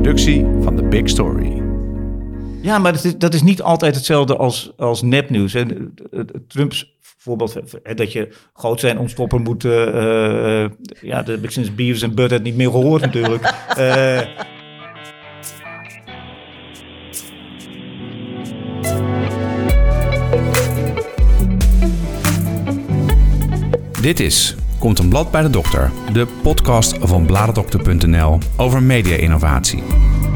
productie van The Big Story. Ja, maar dat is niet altijd hetzelfde als nepnieuws. Trumps voorbeeld dat je groot zijn ontstopper moet... dat heb ik sinds Beavis en Butthead niet meer gehoord natuurlijk. Dit is Komt een blad bij de dokter, de podcast van bladerdokter.nl over media-innovatie.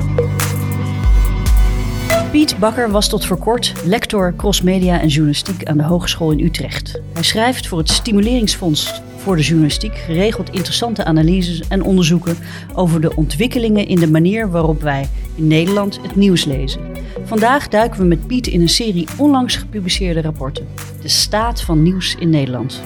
Piet Bakker was tot voor kort lector crossmedia en journalistiek aan de Hogeschool in Utrecht. Hij schrijft voor het Stimuleringsfonds voor de Journalistiek geregeld interessante analyses en onderzoeken over de ontwikkelingen in de manier waarop wij in Nederland het nieuws lezen. Vandaag duiken we met Piet in een serie onlangs gepubliceerde rapporten. De staat van nieuws in Nederland.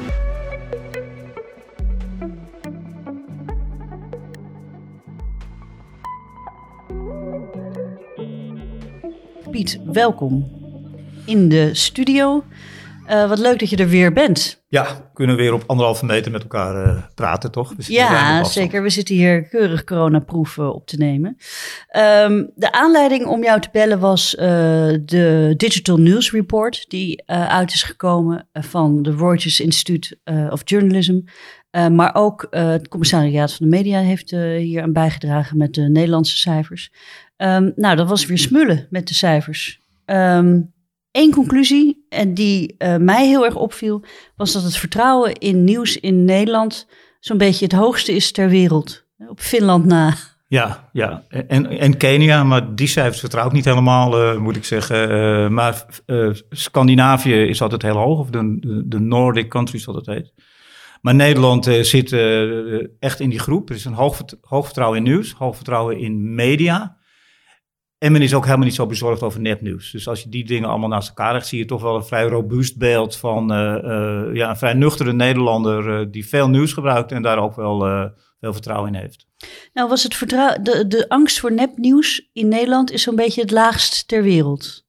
Piet, welkom in de studio. Wat leuk dat je er weer bent. Ja, kunnen we weer op 1,5 meter met elkaar praten, toch? Ja, zeker. We zitten hier keurig coronaproof op te nemen. De aanleiding om jou te bellen was de Digital News Report... die uit is gekomen van de Reuters Institute of Journalism... maar ook het Commissariaat van de Media heeft hier aan bijgedragen met de Nederlandse cijfers... dat was weer smullen met de cijfers. Eén conclusie, en die mij heel erg opviel... was dat het vertrouwen in nieuws in Nederland... zo'n beetje het hoogste is ter wereld. Op Finland na. Ja. En Kenia, maar die cijfers vertrouw ik niet helemaal, moet ik zeggen. Maar Scandinavië is altijd heel hoog, of de Nordic countries, wat het heet. Maar Nederland zit echt in die groep. Er is een hoog vertrouwen in nieuws, hoog vertrouwen in media... En men is ook helemaal niet zo bezorgd over nepnieuws. Dus als je die dingen allemaal naast elkaar legt... zie je toch wel een vrij robuust beeld van een vrij nuchtere Nederlander... die veel nieuws gebruikt en daar ook wel veel vertrouwen in heeft. Nou, was het de angst voor nepnieuws in Nederland... is zo'n beetje het laagst ter wereld.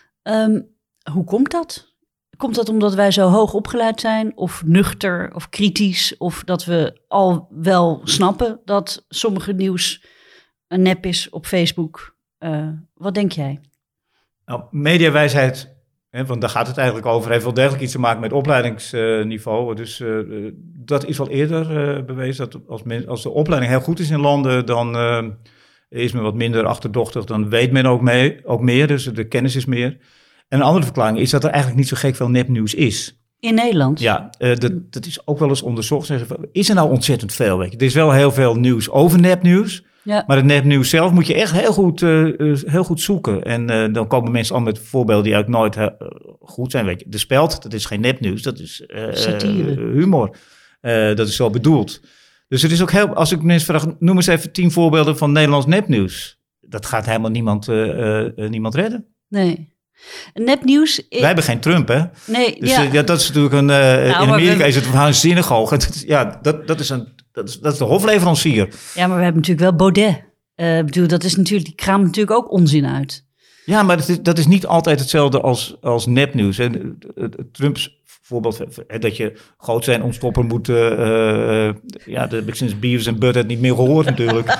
Hoe komt dat? Komt dat omdat wij zo hoog opgeleid zijn? Of nuchter of kritisch? Of dat we al wel snappen dat sommige nieuws een nep is op Facebook... wat denk jij? Nou, mediawijsheid, want daar gaat het eigenlijk over... heeft wel degelijk iets te maken met opleidingsniveau. Dus dat is al eerder bewezen... dat als de opleiding heel goed is in landen... dan is men wat minder achterdochtig. Dan weet men ook meer, dus de kennis is meer. En een andere verklaring is dat er eigenlijk niet zo gek veel nepnieuws is. In Nederland? Ja, dat is ook wel eens onderzocht. Is er nou ontzettend veel? Weet je? Er is wel heel veel nieuws over nepnieuws... Ja. Maar het nepnieuws zelf moet je echt heel goed zoeken. En dan komen mensen al met voorbeelden die eigenlijk nooit goed zijn. Weet je, De Speld, dat is geen nepnieuws, dat is humor. Dat is zo bedoeld. Dus het is ook als ik mensen vraag, noem eens even 10 voorbeelden van Nederlands nepnieuws. Dat gaat helemaal niemand redden. Nee. Nepnieuws... Wij hebben geen Trump, hè? Nee, dus ja. Dat is natuurlijk in Amerika is het waanzinnig hoog. Dat is de hofleverancier. Ja, maar we hebben natuurlijk wel Baudet. Die kraamt natuurlijk ook onzin uit. Ja, maar dat is niet altijd hetzelfde als nepnieuws. Trumps voorbeeld dat je groot zijn ontstopper moet... dat heb ik sinds Beavis en Butthead niet meer gehoord natuurlijk.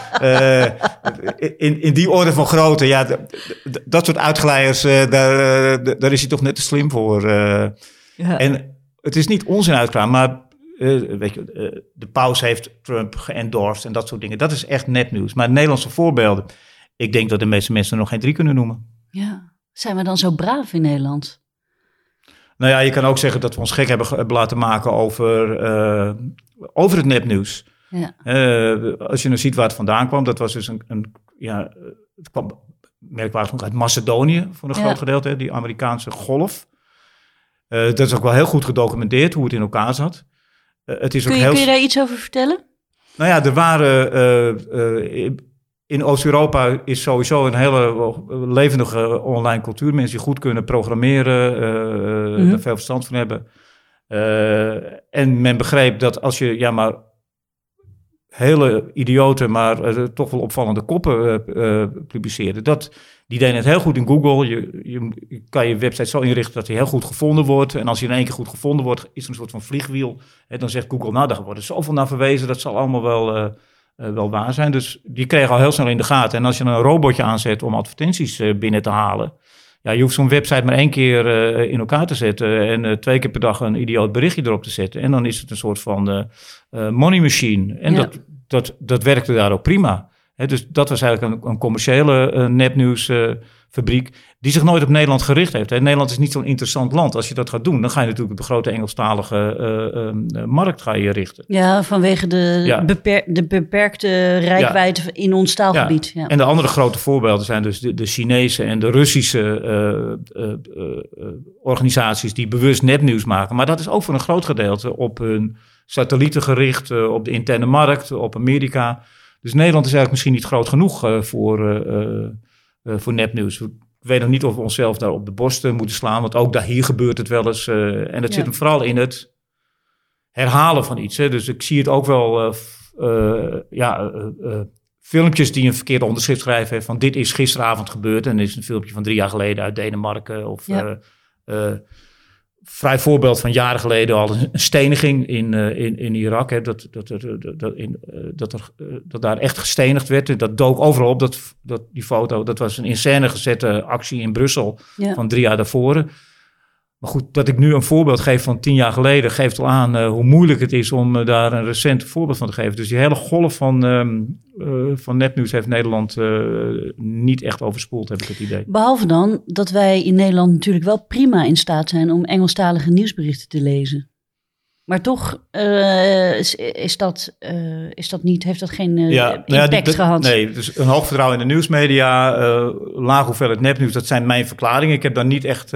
In die orde van grootte, dat soort uitglijers... daar is hij toch net te slim voor. Ja. En het is niet onzin uitkraam, maar... de paus heeft Trump geëndorsed en dat soort dingen. Dat is echt nepnieuws. Maar Nederlandse voorbeelden... ik denk dat de meeste mensen er nog geen 3 kunnen noemen. Ja, zijn we dan zo braaf in Nederland? Nou ja, je kan ook zeggen dat we ons gek hebben laten maken over het nepnieuws. Ja. Als je nou ziet waar het vandaan kwam... dat was dus het kwam merkwaardig nog uit Macedonië... voor een groot gedeelte, die Amerikaanse golf. Dat is ook wel heel goed gedocumenteerd hoe het in elkaar zat. Kun je daar iets over vertellen? Nou ja, er waren... in Oost-Europa is sowieso een hele levendige online cultuur. Mensen die goed kunnen programmeren, daar veel verstand van hebben. En men begreep dat als je hele idiote, maar toch wel opvallende koppen publiceerde... Die deden het heel goed in Google. Je kan je website zo inrichten dat hij heel goed gevonden wordt. En als hij in één keer goed gevonden wordt, is er een soort van vliegwiel. En dan zegt Google, daar wordt er zoveel naar verwezen. Dat zal allemaal wel waar zijn. Dus die kregen al heel snel in de gaten. En als je dan een robotje aanzet om advertenties binnen te halen... Ja, je hoeft zo'n website maar 1 keer in elkaar te zetten... en 2 keer per dag een idioot berichtje erop te zetten. En dan is het een soort van money machine. En dat werkte daar ook prima. Dus dat was eigenlijk een commerciële nepnieuwsfabriek... die zich nooit op Nederland gericht heeft. Nederland is niet zo'n interessant land. Als je dat gaat doen, dan ga je natuurlijk op de grote Engelstalige markt ga je richten. Ja, vanwege de beperkte reikwijdte in ons taalgebied. Ja. En de andere grote voorbeelden zijn dus de Chinese en de Russische organisaties... die bewust nepnieuws maken. Maar dat is ook voor een groot gedeelte op hun satellieten gericht... op de interne markt, op Amerika... Dus Nederland is eigenlijk misschien niet groot genoeg voor nepnieuws. Ik weet nog niet of we onszelf daar op de borst moeten slaan. Want ook hier gebeurt het wel eens. En dat zit hem vooral in het herhalen van iets. Hè. Dus ik zie het ook wel... filmpjes die een verkeerde onderschrift schrijven... van dit is gisteravond gebeurd. En dit is een filmpje van 3 jaar geleden uit Denemarken. Of vrij voorbeeld van jaren geleden al een steniging in Irak. Hè, dat daar echt gestenigd werd. Dat dook overal op, die foto. Dat was een in scène gezette actie in Brussel van 3 jaar daarvoor. Maar goed, dat ik nu een voorbeeld geef van 10 jaar geleden... geeft al aan hoe moeilijk het is om daar een recent voorbeeld van te geven. Dus die hele golf van nepnieuws heeft Nederland niet echt overspoeld, heb ik het idee. Behalve dan dat wij in Nederland natuurlijk wel prima in staat zijn... om Engelstalige nieuwsberichten te lezen. Maar toch heeft dat geen impact gehad. Nee, dus een hoog vertrouwen in de nieuwsmedia, laag hoeveelheid nepnieuws, dat zijn mijn verklaringen. Ik heb daar niet echt...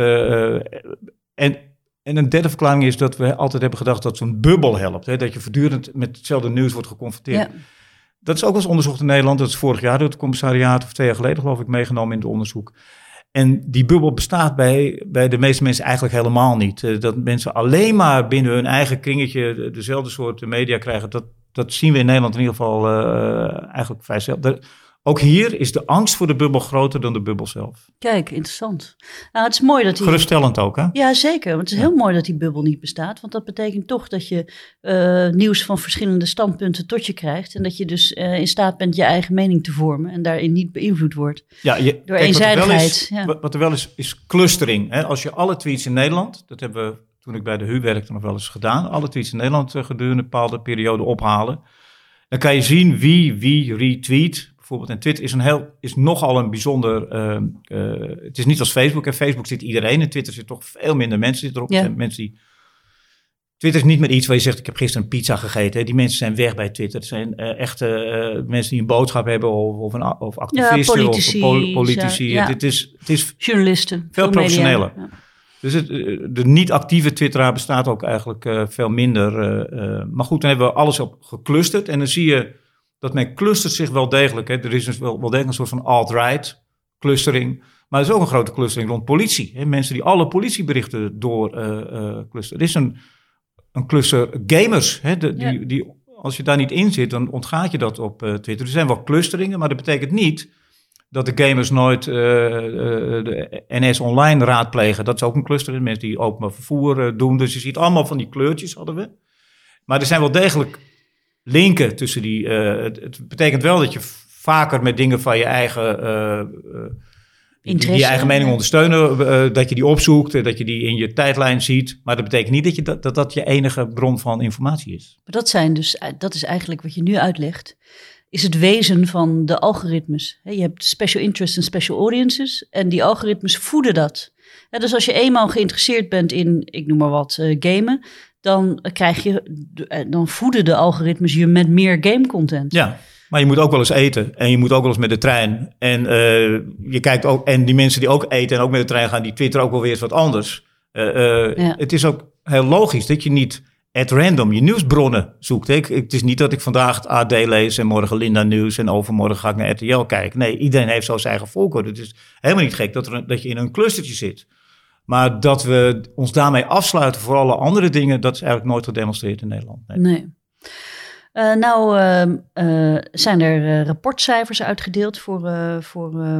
En een derde verklaring is dat we altijd hebben gedacht dat zo'n bubbel helpt. Hè? Dat je voortdurend met hetzelfde nieuws wordt geconfronteerd. Ja. Dat is ook wel eens onderzocht in Nederland. Dat is vorig jaar door het commissariaat of 2 jaar geleden geloof ik meegenomen in het onderzoek. En die bubbel bestaat bij de meeste mensen eigenlijk helemaal niet. Dat mensen alleen maar binnen hun eigen kringetje dezelfde soort media krijgen. Dat zien we in Nederland in ieder geval eigenlijk vrij zelden. Ook hier is de angst voor de bubbel groter dan de bubbel zelf. Kijk, interessant. Nou, het is mooi dat geruststellend ook, hè? Ja, zeker. Want het is heel mooi dat die bubbel niet bestaat. Want dat betekent toch dat je nieuws van verschillende standpunten tot je krijgt. En dat je dus in staat bent je eigen mening te vormen. En daarin niet beïnvloed wordt door eenzijdigheid. Wat er wel is clustering. Hè? Als je alle tweets in Nederland, dat hebben we toen ik bij de HU werkte nog wel eens gedaan. Alle tweets in Nederland gedurende een bepaalde periode ophalen. Dan kan je zien wie retweet. Bijvoorbeeld, en Twitter is nogal een bijzonder... het is niet als Facebook. En Facebook zit iedereen. En Twitter zit toch veel minder mensen erop. Ja. Mensen die... Twitter is niet meer iets waar je zegt... ik heb gisteren een pizza gegeten. Hè. Die mensen zijn weg bij Twitter. Het zijn echte mensen die een boodschap hebben... of activisten of politici. Ja. Het is journalisten. Veel professioneler. Ja. Dus de niet-actieve twitteraar bestaat ook eigenlijk veel minder. Maar goed, dan hebben we alles op geclusterd. En dan zie je... dat men clustert zich wel degelijk. Hè. Er is dus wel degelijk een soort van alt-right clustering. Maar er is ook een grote clustering rond politie. Hè. Mensen die alle politieberichten door clusteren. Er is een cluster gamers. Hè. Die, als je daar niet in zit, dan ontgaat je dat op Twitter. Er zijn wel clusteringen, maar dat betekent niet... dat de gamers nooit de NS online raadplegen. Dat is ook een cluster. Mensen die openbaar vervoer doen. Dus je ziet allemaal van die kleurtjes hadden we. Maar er zijn wel degelijk... linken tussen die... het betekent wel dat je vaker met dingen van je eigen... die je eigen mening ondersteunen, dat je die opzoekt, dat je die in je tijdlijn ziet. Maar dat betekent niet dat dat je enige bron van informatie is. Maar dat is eigenlijk wat je nu uitlegt, is het wezen van de algoritmes. Je hebt special interests en special audiences en die algoritmes voeden dat. Dus als je eenmaal geïnteresseerd bent in, ik noem maar wat, gamen... dan voeden de algoritmes je met meer gamecontent. Ja, maar je moet ook wel eens eten. En je moet ook wel eens met de trein. En je kijkt ook. En die mensen die ook eten en ook met de trein gaan, die twitteren ook wel weer eens wat anders. Het is ook heel logisch dat je niet at random je nieuwsbronnen zoekt. Het is niet dat ik vandaag het AD lees en morgen Linda Nieuws en overmorgen ga ik naar RTL kijken. Nee, iedereen heeft zo zijn eigen voorkeur. Het is helemaal niet gek dat je in een clustertje zit. Maar dat we ons daarmee afsluiten voor alle andere dingen... dat is eigenlijk nooit gedemonstreerd in Nederland. Nee. Zijn er rapportcijfers uitgedeeld voor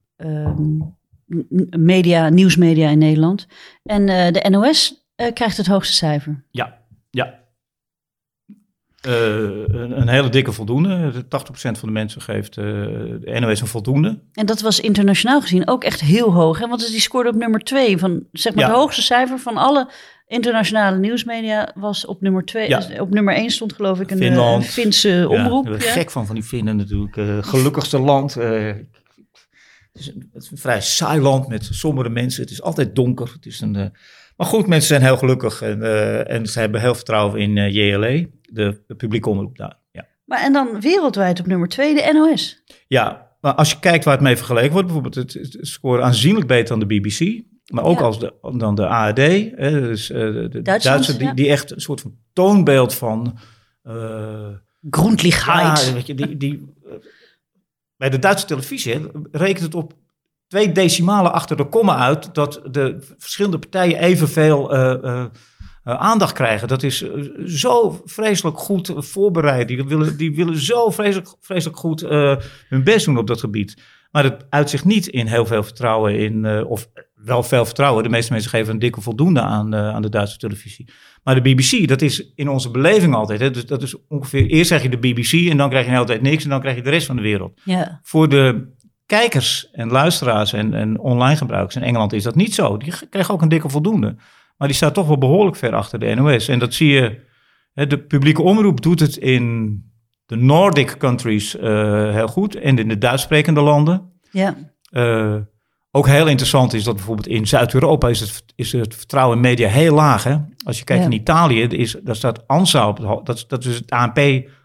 nieuwsmedia in Nederland. En de NOS krijgt het hoogste cijfer. Ja. Een hele dikke voldoende. 80% van de mensen geeft de NOS een voldoende. En dat was internationaal gezien ook echt heel hoog. Hè? Want die scoorde op nummer 2 van, zeg maar, het hoogste cijfer van alle internationale nieuwsmedia was op nummer 2. Ja. Op nummer 1 stond geloof ik een Finse omroep. Ik ben gek van die Finnen natuurlijk. Gelukkigste land. Het is een vrij saai land met sombere mensen. Het is altijd donker. Het is maar goed, mensen zijn heel gelukkig. En ze hebben heel vertrouwen in JLE, de publieke omroep daar. Ja. Maar en dan wereldwijd op nummer 2 de NOS. Ja, maar als je kijkt waar het mee vergeleken wordt. Bijvoorbeeld het scoren aanzienlijk beter dan de BBC. Maar ook dan de ARD. Dus de Duitsers die echt een soort van toonbeeld van... Grundlichheid. Ja, weet je, bij de Duitse televisie rekent het op 2 decimalen achter de komma uit... dat de verschillende partijen evenveel aandacht krijgen. Dat is zo vreselijk goed voorbereid. Die willen zo vreselijk goed hun best doen op dat gebied. Maar het uitzicht niet in heel veel vertrouwen in... of wel veel vertrouwen. De meeste mensen geven een dikke voldoende aan de Duitse televisie. Maar de BBC, dat is in onze beleving altijd. Hè? Dus dat is ongeveer... Eerst zeg je de BBC en dan krijg je de hele tijd niks... en dan krijg je de rest van de wereld. Ja. Voor de kijkers en luisteraars en online gebruikers in Engeland is dat niet zo. Die krijgen ook een dikke voldoende. Maar die staat toch wel behoorlijk ver achter de NOS. En dat zie je... De publieke omroep doet het in de Nordic countries heel goed... en in de Duits-sprekende landen. Ja. Ook heel interessant is dat bijvoorbeeld in Zuid-Europa is het vertrouwen in media heel laag. Hè? Als je kijkt in Italië, daar staat ANSA op. Dat is het ANP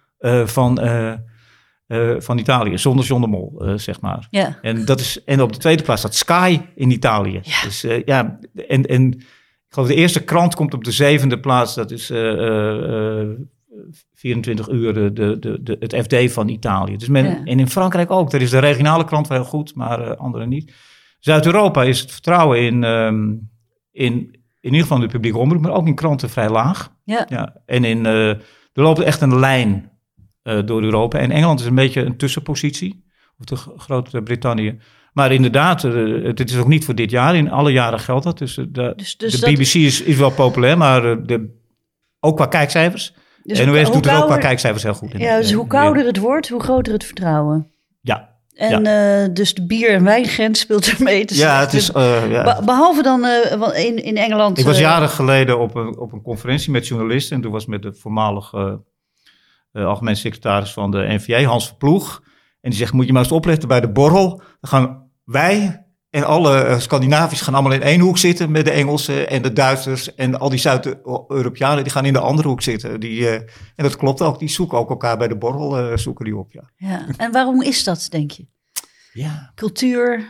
van Italië, zonder John de Mol, zeg maar. Ja. En op de tweede plaats staat Sky in Italië. Ja. Dus en ik geloof de eerste krant komt op de 7e plaats. Dat is 24 uur het FD van Italië. Dus en in Frankrijk ook. Daar is de regionale krant wel heel goed, maar andere niet. Zuid-Europa is het vertrouwen in ieder geval de publieke omroep, maar ook in kranten vrij laag. Ja. Ja. En er loopt echt een lijn door Europa. En Engeland is een beetje een tussenpositie, of de Groot-Brittannië. Maar inderdaad, dit is ook niet voor dit jaar. In alle jaren geldt dat. Dus de BBC is wel populair, maar ook qua kijkcijfers. Dus NOS doet het ook qua kijkcijfers heel goed. Dus hoe kouder het wordt, hoe groter het vertrouwen. Ja. En dus de bier- en wijngrens speelt er mee. Dus ja, het is... behalve dan in Engeland... Ik was jaren geleden op een conferentie met journalisten. En toen was met de voormalige algemeen secretaris van de NVA, Hans Verploeg. En die zegt, moet je maar eens opletten bij de borrel. Dan gaan wij en alle Scandinaviërs gaan allemaal in één hoek zitten met de Engelsen en de Duitsers. En al die Zuid-Europeanen die gaan in de andere hoek zitten. En dat klopt ook, die zoeken ook elkaar bij de borrel, zoeken die op. Ja. Ja. En waarom is dat, denk je? Ja. Cultuur,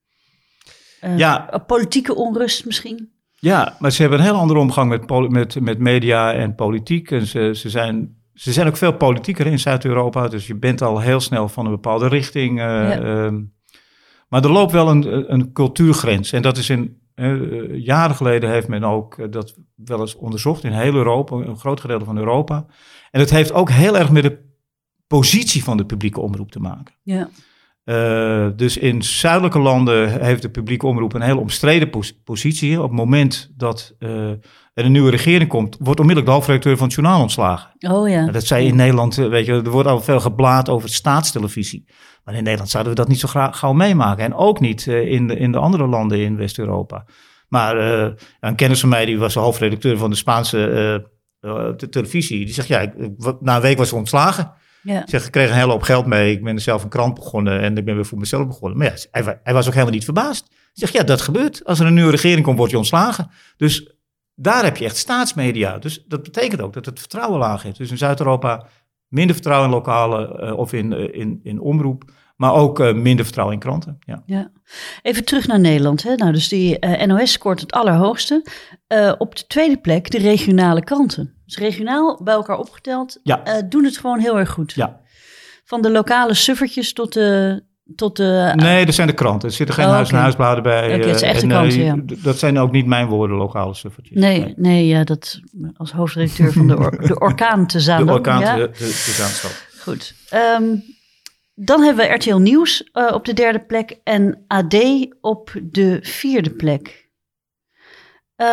politieke onrust misschien? Ja, maar ze hebben een heel andere omgang met media en politiek. En ze zijn ook veel politieker in Zuid-Europa. Dus je bent al heel snel van een bepaalde richting. Maar er loopt wel een cultuurgrens. En dat is jaren geleden heeft men ook dat wel eens onderzocht in heel Europa. Een groot gedeelte van Europa. En het heeft ook heel erg met de positie van de publieke omroep te maken. Ja. Dus in zuidelijke landen heeft de publieke omroep een heel omstreden positie. Op het moment dat er een nieuwe regering komt, wordt onmiddellijk de hoofdredacteur van het journaal ontslagen. Oh ja. Dat zei in Nederland, weet je, er wordt al veel geblaat over staatstelevisie. Maar in Nederland zouden we dat niet zo gauw meemaken. En ook niet in de andere landen in West-Europa. Maar een kennis van mij, die was de hoofdredacteur van de Spaanse televisie. Die zegt, na een week was ze ontslagen. Ja. Ik kreeg een hele hoop geld mee. Ik ben zelf een krant begonnen en ik ben weer voor mezelf begonnen. Maar ja, hij was ook helemaal niet verbaasd. Hij zegt, dat gebeurt. Als er een nieuwe regering komt, word je ontslagen. Dus daar heb je echt staatsmedia. Dus dat betekent ook dat het vertrouwen laag is. Dus in Zuid-Europa minder vertrouwen in lokale of in omroep. Maar ook minder vertrouwen in kranten. Ja. Even terug naar Nederland. Hè? Nou, dus die NOS scoort het allerhoogste. Op de tweede plek de regionale kranten. Dus regionaal bij elkaar opgeteld doen het gewoon heel erg goed. Ja. Van de lokale suffertjes tot de... Nee, dat zijn de kranten. Er zitten geen huis-naar-huisbladen bij. Okay, het is echt kranten, dat zijn ook niet mijn woorden, lokale suffertjes. Nee, dat als hoofdredacteur van de Orkaan te Zaandam. De Orkaan te Zaandam. Goed. Dan hebben we RTL Nieuws op de derde plek en AD op de vierde plek.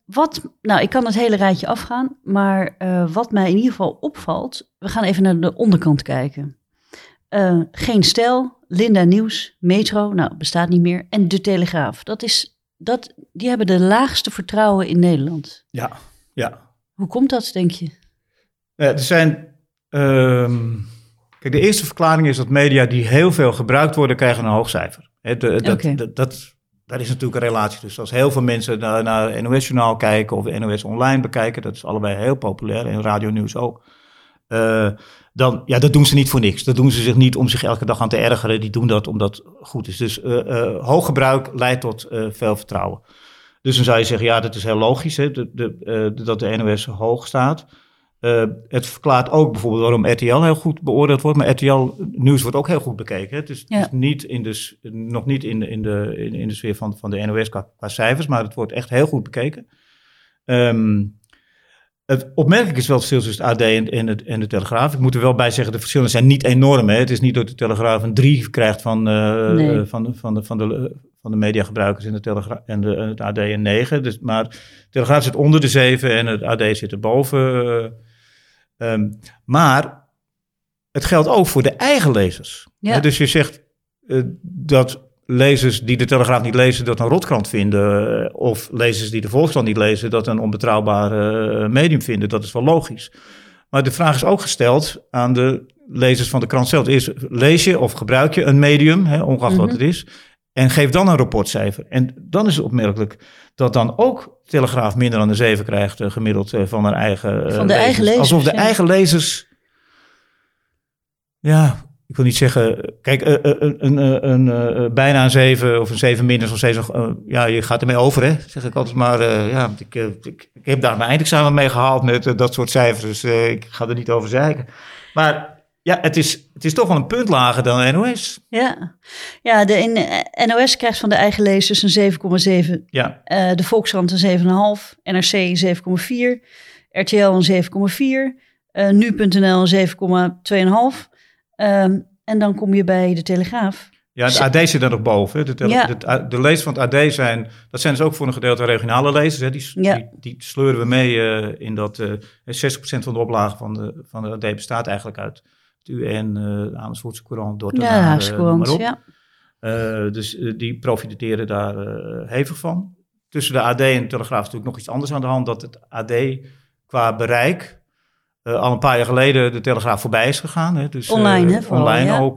ik kan het hele rijtje afgaan, maar wat mij in ieder geval opvalt, we gaan even naar de onderkant kijken. Geen Stijl, Linda Nieuws, Metro, bestaat niet meer, en De Telegraaf. Die hebben de laagste vertrouwen in Nederland. Ja. Hoe komt dat, denk je? Er zijn... Kijk, de eerste verklaring is dat media die heel veel gebruikt worden, krijgen een hoog cijfer. Daar is natuurlijk een relatie tussen. Als heel veel mensen naar NOS-journaal kijken of NOS online bekijken, dat is allebei heel populair en Radio Nieuws ook. Dat doen ze niet voor niks. Dat doen ze zich niet om zich elke dag aan te ergeren. Die doen dat omdat het goed is. Dus hoog gebruik leidt tot veel vertrouwen. Dus dan zou je zeggen, dat is heel logisch hè, dat de NOS hoog staat. Het verklaart ook bijvoorbeeld waarom RTL heel goed beoordeeld wordt. Maar RTL Nieuws wordt ook heel goed bekeken. Het is niet nog niet in de sfeer van de NOS qua cijfers. Maar het wordt echt heel goed bekeken. Het opmerkelijk is wel het verschil tussen het AD en de Telegraaf. Ik moet er wel bij zeggen, de verschillen zijn niet enorm. Hè. Het is niet dat de Telegraaf een 3 krijgt van de mediagebruikers en het AD een 9. Dus, maar de Telegraaf zit onder de 7 en het AD zit erboven. Maar het geldt ook voor de eigen lezers. Ja. Dus je zegt dat lezers die de Telegraaf niet lezen, dat een rotkrant vinden. Of lezers die de Volkskrant niet lezen, dat een onbetrouwbare medium vinden. Dat is wel logisch. Maar de vraag is ook gesteld aan de lezers van de krant zelf. Eerst lees je of gebruik je een medium, ongeacht wat het is. En geef dan een rapportcijfer. En dan is het opmerkelijk dat dan ook Telegraaf minder dan een 7 krijgt gemiddeld van hun eigen van de eigen lezers. Alsof de eigen lezers... Ja, ik wil niet zeggen... Kijk, bijna een 7 of een 7 minus of 7... je gaat ermee over, hè? Zeg ik altijd maar. Ik heb daar mijn eindexamen mee gehaald met dat soort cijfers. Dus ik ga er niet over zeiken. Maar... Ja, het is toch wel een punt lager dan de NOS. Ja, de NOS krijgt van de eigen lezers een 7,7. Ja. De Volkskrant een 7,5. NRC een 7,4. RTL een 7,4. Nu.nl een 7,2,5. En dan kom je bij de Telegraaf. Ja, de AD zit er nog boven. De lezers van het AD zijn dus ook voor een gedeelte regionale lezers. Hè. Die sleuren we mee in dat 60% van de oplage van de AD bestaat eigenlijk uit het UN, de Amersfoortse Courant, Dordrecht. Ja, de Haagse Courant, Dus die profiteren daar hevig van. Tussen de AD en de Telegraaf is natuurlijk nog iets anders aan de hand. Dat het AD qua bereik al een paar jaar geleden de Telegraaf voorbij is gegaan. Hè. Dus, online, hè? Online ook.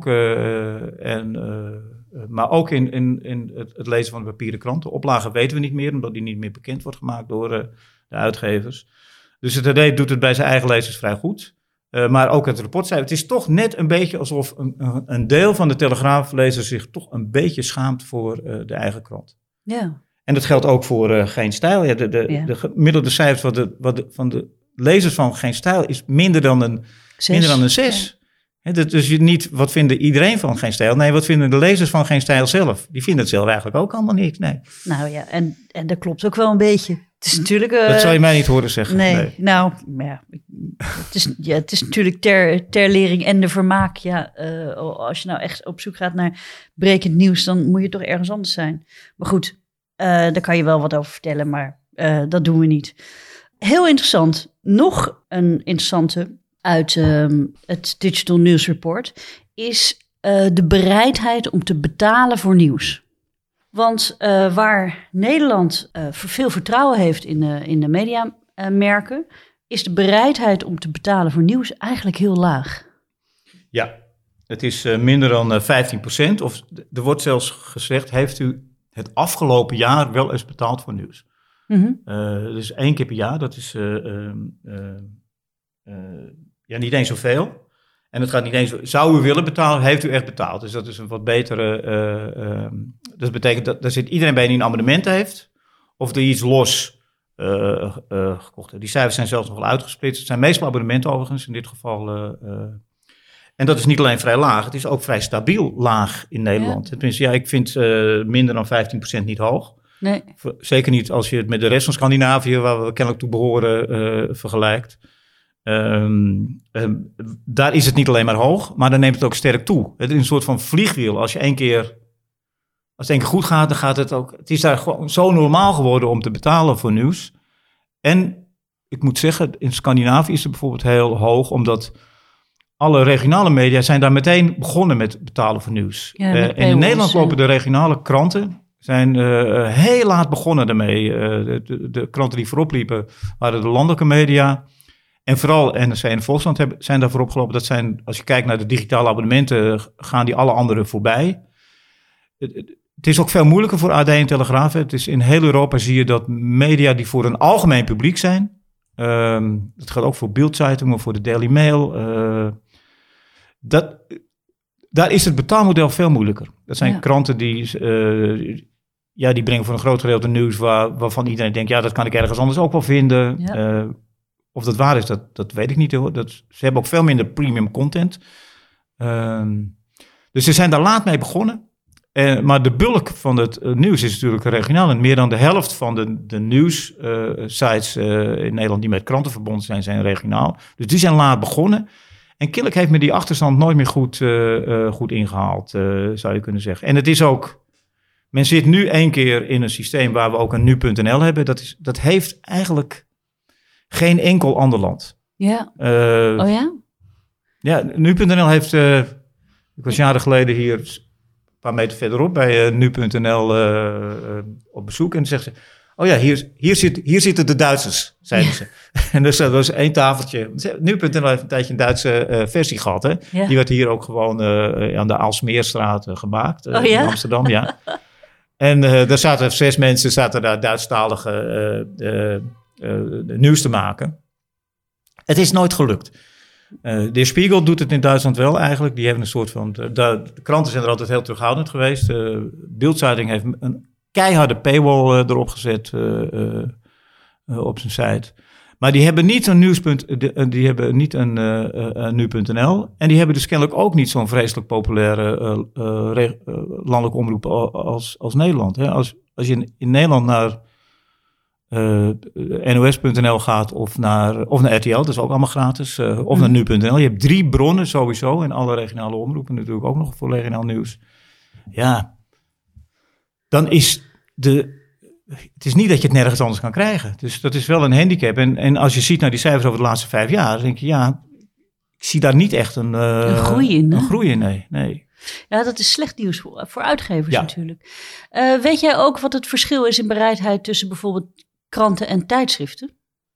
Maar ook in het lezen van de papieren krant. De oplage weten we niet meer, omdat die niet meer bekend wordt gemaakt door de uitgevers. Dus het AD doet het bij zijn eigen lezers vrij goed. Maar ook het rapportcijfer. Het is toch net een beetje alsof een deel van de Telegraaflezers zich toch een beetje schaamt voor de eigen krant. Ja. En dat geldt ook voor Geen Stijl. Ja, de gemiddelde cijfers van de lezers van Geen Stijl is minder dan een 6. Ja. Dus niet wat vinden iedereen van Geen Stijl. Nee, wat vinden de lezers van Geen Stijl zelf? Die vinden het zelf eigenlijk ook allemaal niet. Nee. Nou ja, en dat klopt ook wel een beetje. Het is natuurlijk... dat zou je mij niet horen zeggen. Nee. Nou, ja, het is natuurlijk ter lering en de vermaak. Ja, als je nou echt op zoek gaat naar brekend nieuws, dan moet je toch ergens anders zijn. Maar goed, daar kan je wel wat over vertellen, maar dat doen we niet. Heel interessant. Nog een interessante uit het Digital News Report is de bereidheid om te betalen voor nieuws. Want waar Nederland veel vertrouwen heeft in de mediamerken, is de bereidheid om te betalen voor nieuws eigenlijk heel laag. Ja, het is minder dan 15%. Of er wordt zelfs gezegd, heeft u het afgelopen jaar wel eens betaald voor nieuws? Mm-hmm. Dus 1 keer per jaar, dat is niet eens zoveel. En het gaat niet eens, zou u willen betalen, heeft u echt betaald. Dus dat is een wat betere... dat betekent dat er zit iedereen bij die een abonnement heeft, of er iets los gekocht heeft. Die cijfers zijn zelfs nog wel uitgesplitst. Het zijn meestal abonnementen overigens in dit geval. En dat is niet alleen vrij laag, het is ook vrij stabiel laag in Nederland. Ja. Tenminste, ik vind minder dan 15% niet hoog. Nee. Zeker niet als je het met de rest van Scandinavië, waar we kennelijk toe behoren, vergelijkt. Daar is het niet alleen maar hoog, maar dan neemt het ook sterk toe. Het is een soort van vliegwiel. Als het één keer goed gaat, dan gaat het ook... Het is daar gewoon zo normaal geworden om te betalen voor nieuws. En ik moet zeggen, in Scandinavië is het bijvoorbeeld heel hoog, omdat alle regionale media zijn daar meteen begonnen met betalen voor nieuws. Ja, en in Nederland lopen de regionale kranten zijn heel laat begonnen daarmee. De kranten die voorop liepen waren de landelijke media. En vooral NRC en Volkskrant zijn daar voorop gelopen. Dat zijn, als je kijkt naar de digitale abonnementen, gaan die alle anderen voorbij. Het is ook veel moeilijker voor AD en Telegraaf. Het is in heel Europa zie je dat media die voor een algemeen publiek zijn. Dat geldt ook voor Bild-Zeitung of voor de Daily Mail. Daar is het betaalmodel veel moeilijker. Dat zijn kranten die brengen voor een groot gedeelte nieuws waarvan iedereen denkt, dat kan ik ergens anders ook wel vinden. Ja. Of dat waar is, dat weet ik niet. Ze hebben ook veel minder premium content. Dus ze zijn daar laat mee begonnen. Maar de bulk van het nieuws is natuurlijk regionaal. En meer dan de helft van de nieuwssites in Nederland die met kranten verbonden zijn regionaal. Dus die zijn laat begonnen. En kennelijk heeft men die achterstand nooit meer goed ingehaald, zou je kunnen zeggen. En het is ook, men zit nu 1 keer in een systeem waar we ook een nu.nl hebben. Dat heeft eigenlijk geen enkel ander land. Ja. Oh ja? Ja, nu.nl heeft, ik was jaren geleden hier een paar meter verderop bij nu.nl op bezoek. En dan zegt ze, oh ja, hier zitten de Duitsers, zeiden ze. En dus dat was 1 tafeltje. Nu.nl heeft een tijdje een Duitse versie gehad. Hè? Ja. Die werd hier ook gewoon aan de Aalsmeerstraat gemaakt in Amsterdam. Ja. En daar zaten 6 mensen daar Duitsstalige nieuws te maken. Het is nooit gelukt. De Spiegel doet het in Duitsland wel eigenlijk. Die hebben een soort van... De kranten zijn er altijd heel terughoudend geweest. Bild-Zeitung heeft een keiharde paywall erop gezet op zijn site. Maar die hebben niet een die hebben niet een nu.nl. En die hebben dus kennelijk ook niet zo'n vreselijk populaire landelijke omroep als Nederland. Hè? Als je in Nederland naar nos.nl gaat of naar RTL, dat is ook allemaal gratis, of naar nu.nl. Je hebt 3 bronnen sowieso in alle regionale omroepen, natuurlijk ook nog voor regionaal nieuws. Ja, dan is het is niet dat je het nergens anders kan krijgen. Dus dat is wel een handicap. En als je ziet naar die cijfers over de laatste 5 jaar, dan denk je, ik zie daar niet echt een groei in. Een groei in, nee. Ja, dat is slecht nieuws voor uitgevers natuurlijk. Weet jij ook wat het verschil is in bereidheid tussen bijvoorbeeld kranten en tijdschriften?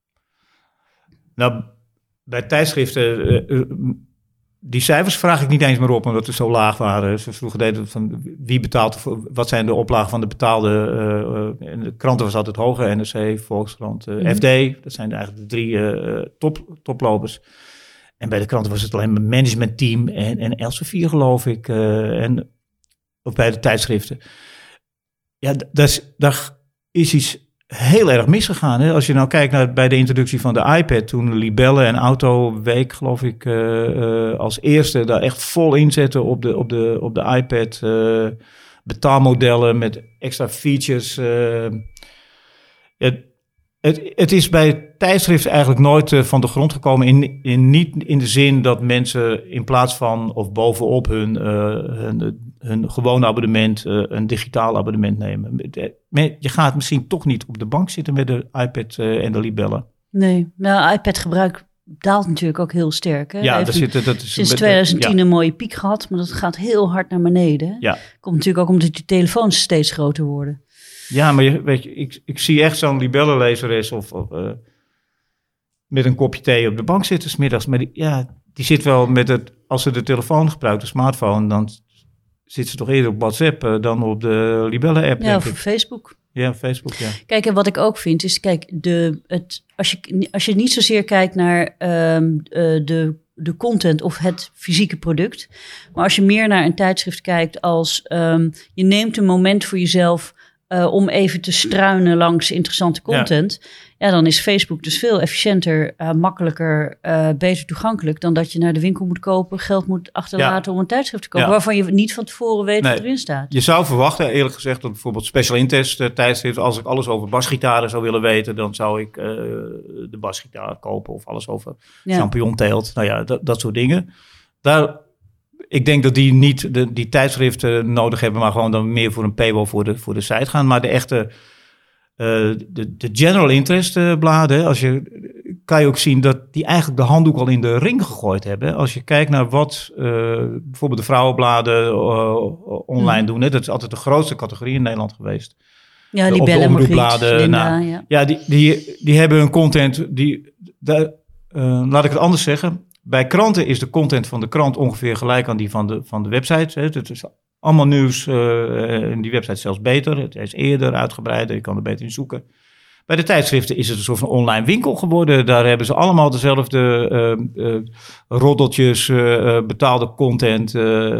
Nou, bij tijdschriften, die cijfers vraag ik niet eens meer op, omdat ze zo laag waren. Ze vroegen deden van wie betaalt, wat zijn de oplagen van de betaalde. En de kranten was altijd hoger, NRC, Volkskrant, FD. Dat zijn eigenlijk de 3 toplopers. En bij de kranten was het alleen een managementteam en Elsevier, geloof ik. Of bij de tijdschriften. Ja, daar is iets heel erg misgegaan. Hè? Als je nou kijkt naar bij de introductie van de iPad, toen Libelle en Autoweek, geloof ik, als eerste daar echt vol inzetten op de iPad. Betaalmodellen met extra features. Het is bij tijdschriften eigenlijk nooit van de grond gekomen. Niet in de zin dat mensen in plaats van of bovenop hun gewone abonnement een digitaal abonnement nemen. Je gaat misschien toch niet op de bank zitten met de iPad en de Libelle. Nee, nou, iPad-gebruik daalt natuurlijk ook heel sterk. Hè? Ja, sinds 2010 een mooie piek gehad, maar dat gaat heel hard naar beneden. Ja. Komt natuurlijk ook omdat die telefoons steeds groter worden. Ja, maar weet je, ik zie echt zo'n Libelle-lezeres of met een kopje thee op de bank zitten 's middags. Maar die zit wel als ze de telefoon gebruikt, de smartphone, dan zit ze toch eerder op WhatsApp dan op de Libelle-app. Ja, of op Facebook. Ja, Facebook, ja. Kijk, en wat ik ook vind is, kijk, als je niet zozeer kijkt naar de content of het fysieke product, maar als je meer naar een tijdschrift kijkt als je neemt een moment voor jezelf om even te struinen langs interessante content. Ja, dan is Facebook dus veel efficiënter, makkelijker, beter toegankelijk dan dat je naar de winkel moet kopen, geld moet achterlaten om een tijdschrift te kopen, waarvan je niet van tevoren weet wat erin staat. Je zou verwachten, eerlijk gezegd, dat bijvoorbeeld Special Interest tijdschrift, als ik alles over basgitaren zou willen weten, dan zou ik de basgitaar kopen of alles over champignonteelt. Nou ja, dat soort dingen. Ik denk dat die niet die tijdschriften nodig hebben, maar gewoon dan meer voor een paywall voor de site gaan. Maar de echte de general interest bladen, kan je ook zien dat die eigenlijk de handdoek al in de ring gegooid hebben. Als je kijkt naar wat bijvoorbeeld de vrouwenbladen online doen. Hè, dat is altijd de grootste categorie in Nederland geweest. Ja, Libelle, Margriet, Linda. Die hebben hun content. Laat ik het anders zeggen. Bij kranten is de content van de krant ongeveer gelijk aan die van de website. Hè. Het is allemaal nieuws. En die website is zelfs beter. Het is eerder, uitgebreider. Je kan er beter in zoeken. Bij de tijdschriften is het een soort van online winkel geworden. Daar hebben ze allemaal dezelfde roddeltjes, betaalde content.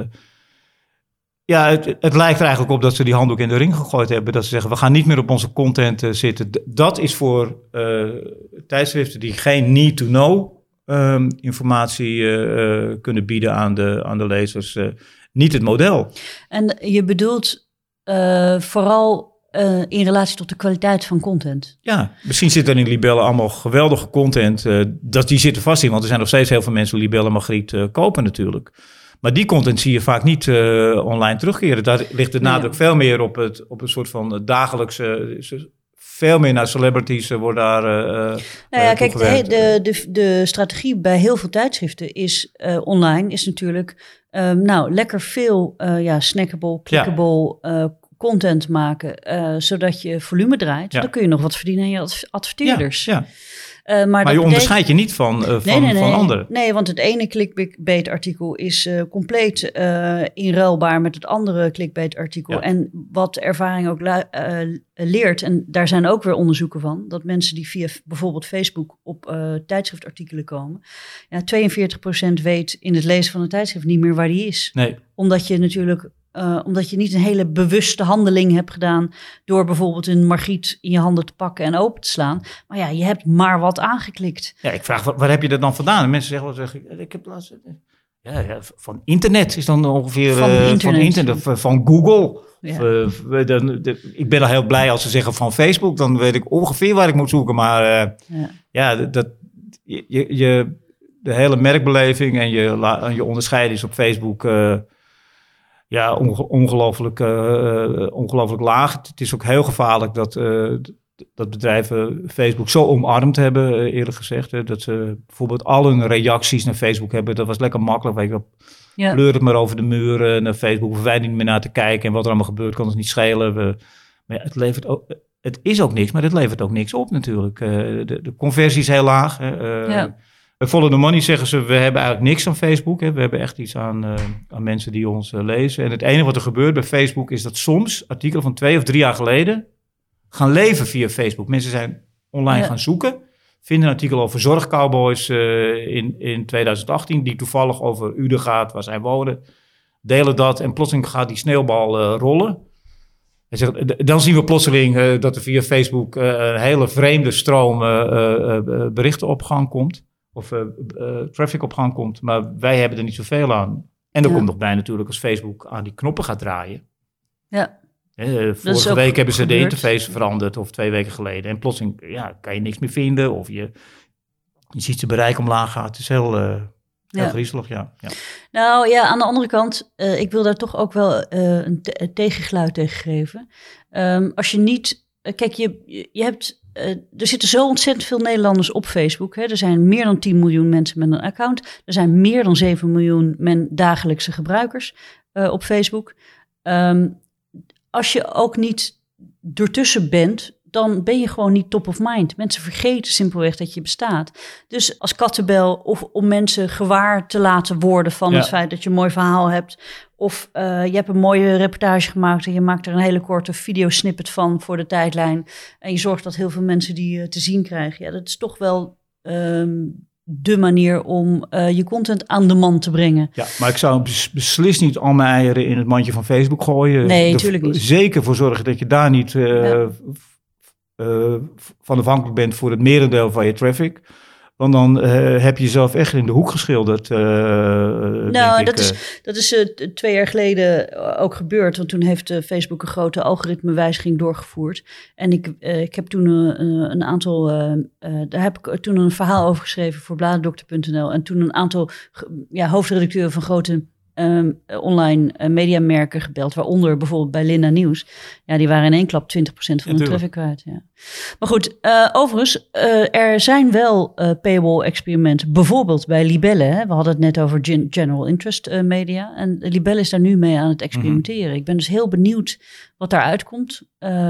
Het lijkt er eigenlijk op dat ze die handdoek in de ring gegooid hebben. Dat ze zeggen, we gaan niet meer op onze content zitten. Dat is voor tijdschriften die geen need-to-know informatie kunnen bieden aan de lezers. Niet het model. En je bedoelt vooral in relatie tot de kwaliteit van content. Ja, misschien zit er in Libelle allemaal geweldige content. Die zit er vast in, want er zijn nog steeds heel veel mensen die Libelle Margriet kopen natuurlijk. Maar die content zie je vaak niet online terugkeren. Daar ligt de nadruk veel meer op een soort van dagelijkse... Veel meer naar celebrities wordt daar kijk, de strategie bij heel veel tijdschriften is online... is natuurlijk lekker veel snackable, clickable content maken... zodat je volume draait. Dan kun je nog wat verdienen aan je adverteerders. Ja. Maar je onderscheidt je niet van anderen. Nee, want het ene clickbait-artikel is compleet inruilbaar met het andere clickbait-artikel. Ja. En wat de ervaring ook leert, en daar zijn ook weer onderzoeken van, dat mensen die via bijvoorbeeld Facebook op tijdschriftartikelen komen, 42% weet in het lezen van een tijdschrift niet meer waar die is. Nee. Omdat je natuurlijk... omdat je niet een hele bewuste handeling hebt gedaan... door bijvoorbeeld een Margriet in je handen te pakken en open te slaan. Maar ja, je hebt maar wat aangeklikt. Ja, ik vraag, waar heb je dat dan vandaan? En mensen zeggen, ik heb laatst... van internet is dan ongeveer... Van Google. Ja. Ik ben al heel blij als ze zeggen van Facebook. Dan weet ik ongeveer waar ik moet zoeken. Maar de hele merkbeleving en je onderscheiden is op Facebook... ongelooflijk laag. Het is ook heel gevaarlijk dat bedrijven Facebook zo omarmd hebben, eerlijk gezegd. Hè, dat ze bijvoorbeeld al hun reacties naar Facebook hebben. Dat was lekker makkelijk. Weet je, pleur het maar over de muren naar Facebook. Hoeven wij niet meer naar te kijken. En wat er allemaal gebeurt, kan ons niet schelen. Maar het is ook niks, maar het levert ook niks op natuurlijk. De conversie is heel laag. Follow the money zeggen ze, we hebben eigenlijk niks aan Facebook. Hè. We hebben echt iets aan mensen die ons lezen. En het enige wat er gebeurt bij Facebook is dat soms artikelen van 2 of 3 jaar geleden gaan leven via Facebook. Mensen zijn online gaan zoeken, vinden een artikel over zorgcowboys in 2018... die toevallig over Uden gaat, waar zij wonen. Delen dat en plotseling gaat die sneeuwbal rollen. Dan zien we plotseling dat er via Facebook een hele vreemde stroom berichten op gang komt. Of traffic op gang komt, maar wij hebben er niet zoveel aan. En er komt nog bij natuurlijk als Facebook aan die knoppen gaat draaien. Ja. Vorige week hebben ze de interface veranderd, of 2 weken geleden. En plotseling kan je niks meer vinden, of je ziet ze bereik omlaag gaat. Het is heel griezelig, ja. Nou ja, aan de andere kant, ik wil daar toch ook wel een tegengeluid tegen geven. Als je niet... Kijk, je hebt... er zitten zo ontzettend veel Nederlanders op Facebook. Hè. Er zijn meer dan 10 miljoen mensen met een account. Er zijn meer dan 7 miljoen dagelijkse gebruikers op Facebook. Als je ook niet ertussen bent, dan ben je gewoon niet top of mind. Mensen vergeten simpelweg dat je bestaat. Dus als kattenbel of om mensen gewaar te laten worden van het feit dat je een mooi verhaal hebt. Of je hebt een mooie reportage gemaakt en je maakt er een hele korte videosnippet van voor de tijdlijn. En je zorgt dat heel veel mensen die te zien krijgen. Ja, dat is toch wel de manier om je content aan de man te brengen. Ja, maar ik zou beslist niet al mijn eieren in het mandje van Facebook gooien. Nee, natuurlijk niet. Zeker voor zorgen dat je daar niet van afhankelijk bent voor het merendeel van je traffic. Want dan heb je jezelf echt in de hoek geschilderd. Dat is 2 jaar geleden ook gebeurd. Want toen heeft Facebook een grote algoritmewijziging doorgevoerd. En ik heb toen daar heb ik een verhaal over geschreven voor bladerdokter.nl. En toen een aantal hoofdredacteuren van grote online mediamerken gebeld, waaronder bijvoorbeeld bij Linda Nieuws. Ja, die waren in één klap 20% van de traffic kwijt. Ja. Maar goed, overigens, er zijn wel paywall-experimenten, bijvoorbeeld bij Libelle. Hè? We hadden het net over general interest media. En Libelle is daar nu mee aan het experimenteren. Mm-hmm. Ik ben dus heel benieuwd wat daaruit komt.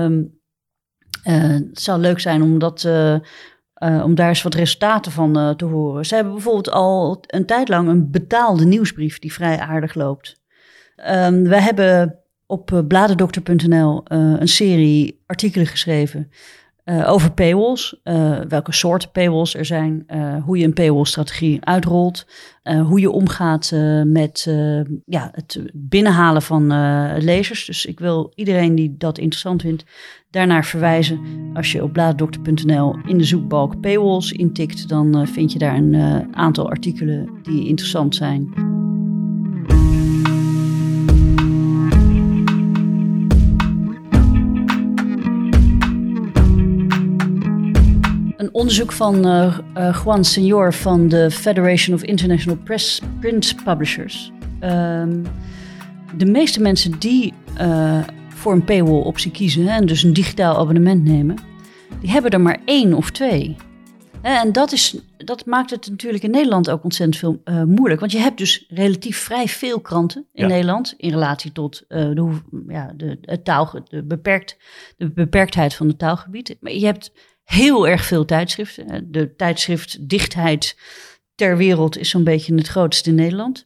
Het zou leuk zijn om daar eens wat resultaten van te horen. Ze hebben bijvoorbeeld al een tijd lang een betaalde nieuwsbrief die vrij aardig loopt. We hebben op bladerdokter.nl een serie artikelen geschreven over paywalls. Welke soorten paywalls er zijn. Hoe je een paywall-strategie uitrolt. Hoe je omgaat met het binnenhalen van lezers. Dus ik wil iedereen die dat interessant vindt daarnaar verwijzen. Als je op bladerdokter.nl in de zoekbalk paywalls intikt, dan vind je daar een aantal artikelen die interessant zijn. Een onderzoek van Juan Senor van de Federation of International Print Publishers. De meeste mensen die voor een paywall-optie kiezen en dus een digitaal abonnement nemen, die hebben er maar 1 of 2. En dat maakt het natuurlijk in Nederland ook ontzettend veel moeilijk. Want je hebt dus relatief vrij veel kranten in Nederland in relatie tot de beperktheid van het taalgebied. Maar je hebt heel erg veel tijdschriften. De tijdschriftdichtheid ter wereld is zo'n beetje het grootste in Nederland.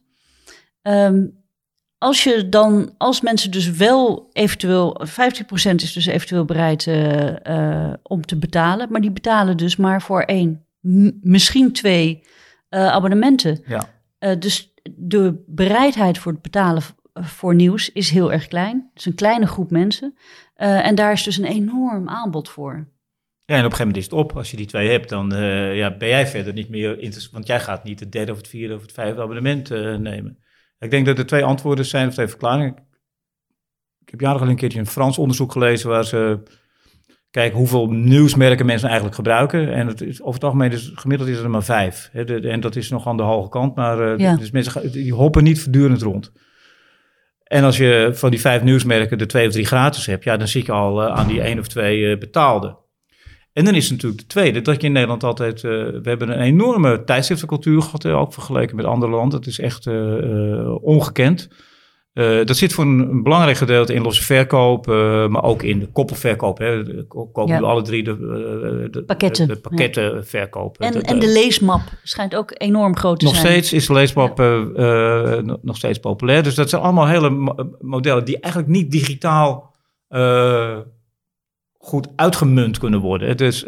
Als mensen dus wel eventueel, 50% is dus eventueel bereid om te betalen, maar die betalen dus maar voor 1, misschien 2 abonnementen. Ja. Dus de bereidheid voor het betalen voor nieuws is heel erg klein. Het is een kleine groep mensen. En daar is dus een enorm aanbod voor. Ja, en op een gegeven moment is het op. Als je die 2 hebt, dan ben jij verder niet meer interessant. Want jij gaat niet het 3e of het 4e of het 5e abonnement nemen. Ik denk dat er 2 antwoorden zijn, of 2 verklaringen. Ik heb jaren geleden een keertje een Frans onderzoek gelezen waar ze kijken hoeveel nieuwsmerken mensen eigenlijk gebruiken. En over het algemeen gemiddeld is er maar 5. En dat is nog aan de hoge kant, maar dus mensen die hoppen niet voortdurend rond. En als je van die 5 nieuwsmerken er 2 of 3 gratis hebt, dan zit je al aan die 1 of 2 betaalde. En dan is het natuurlijk de tweede, dat je in Nederland altijd... we hebben een enorme tijdschriftencultuur gehad, ook vergeleken met andere landen. Het is echt ongekend. Dat zit voor een belangrijk gedeelte in losse verkoop, maar ook in de koppelverkoop. Kopen we alle 3 de pakketten verkopen. En de leesmap schijnt ook enorm groot te zijn. Nog steeds is de leesmap nog steeds populair. Dus dat zijn allemaal hele modellen die eigenlijk niet digitaal goed uitgemunt kunnen worden. Dus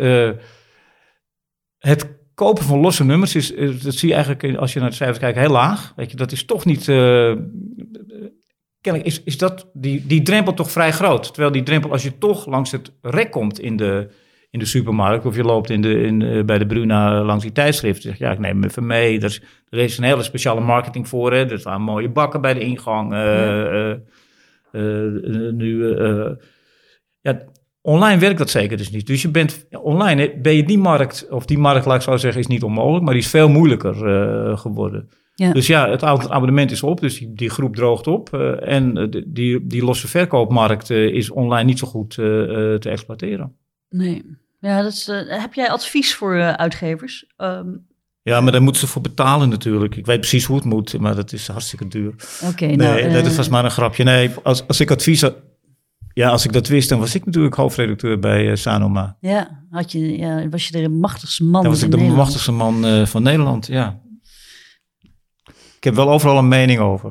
het kopen van losse nummers dat zie je eigenlijk, als je naar de cijfers kijkt, heel laag. Weet je, dat is toch niet... kennelijk is dat die drempel toch vrij groot. Terwijl die drempel, als je toch langs het rek komt in de supermarkt, of je loopt bij de Bruna langs die tijdschriften, zeg ik neem hem even mee. Er is een hele speciale marketing voor. Hè. Er staan mooie bakken bij de ingang. Online werkt dat zeker dus niet. Dus online ben je die markt, laat ik zo zeggen, is niet onmogelijk, maar die is veel moeilijker geworden. Ja. Dus het abonnement is op, dus die groep droogt op. En die losse verkoopmarkt is online niet zo goed te exploiteren. Nee. Ja, heb jij advies voor uitgevers? Ja, maar daar moeten ze voor betalen natuurlijk. Ik weet precies hoe het moet, maar dat is hartstikke duur. Oké, dat was maar een grapje. Nee, als ik advies... Ja, als ik dat wist, dan was ik natuurlijk hoofdredacteur bij Sanoma. Ja, was je de machtigste man van Nederland? Dan was ik de machtigste man van Nederland, ja. Ik heb wel overal een mening over.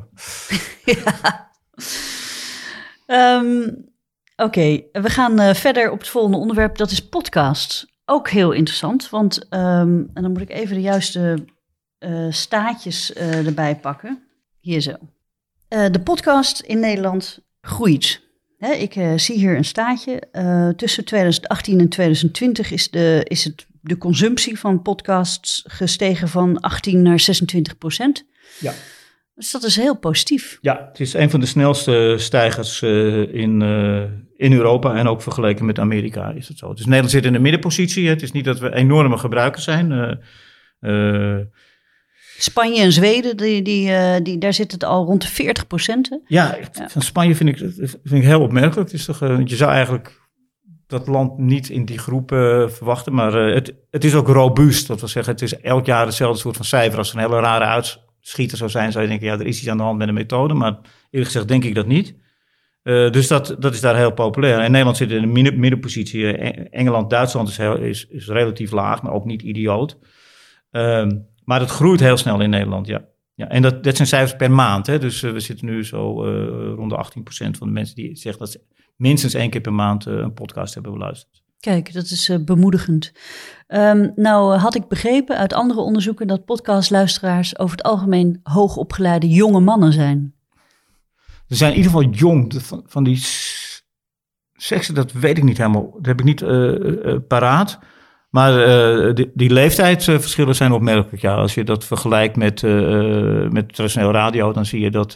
Oké, we gaan verder op het volgende onderwerp. Dat is podcast. Ook heel interessant, want... en dan moet ik even de juiste staatjes erbij pakken. Hier zo. De podcast in Nederland groeit. Ik zie hier een staatje. Tussen 2018 en 2020 is de consumptie van podcasts gestegen van 18 naar 26%. Ja. Dus dat is heel positief. Ja, het is een van de snelste stijgers in Europa en ook vergeleken met Amerika is het zo. Dus Nederland zit in de middenpositie. Het is niet dat we enorme gebruikers zijn. Spanje en Zweden, daar zit het al rond de 40%. Ja, van Spanje vind ik heel opmerkelijk. Het is toch, je zou eigenlijk dat land niet in die groep verwachten, maar het is ook robuust. Dat wil zeggen, het is elk jaar hetzelfde soort van cijfer. Als er een hele rare uitschieter zou zijn, zou je denken, ja, er is iets aan de hand met de methode. Maar eerlijk gezegd denk ik dat niet. Dus dat is daar heel populair. En Nederland zit in een middenpositie. Engeland, Duitsland is relatief laag, maar ook niet idioot. Maar het groeit heel snel in Nederland, ja. En dat zijn cijfers per maand. Hè? Dus we zitten nu zo rond de 18% van de mensen die zeggen dat ze minstens 1 keer per maand een podcast hebben beluisterd. Kijk, dat is bemoedigend. Nou had ik begrepen uit andere onderzoeken dat podcastluisteraars over het algemeen hoogopgeleide jonge mannen zijn. Er zijn in ieder geval jong, van die seksen, dat weet ik niet helemaal. Dat heb ik niet paraat. Maar die leeftijdsverschillen zijn opmerkelijk. Ja, als je dat vergelijkt met traditioneel radio, dan zie je dat,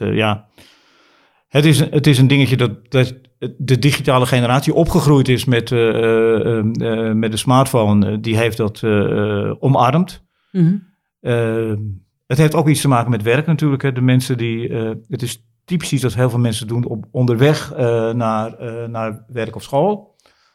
het is een dingetje dat de digitale generatie opgegroeid is met de smartphone. Die heeft dat omarmd. Mm-hmm. Het heeft ook iets te maken met werk natuurlijk. Hè. De mensen het is typisch iets dat heel veel mensen doen onderweg naar werk of school.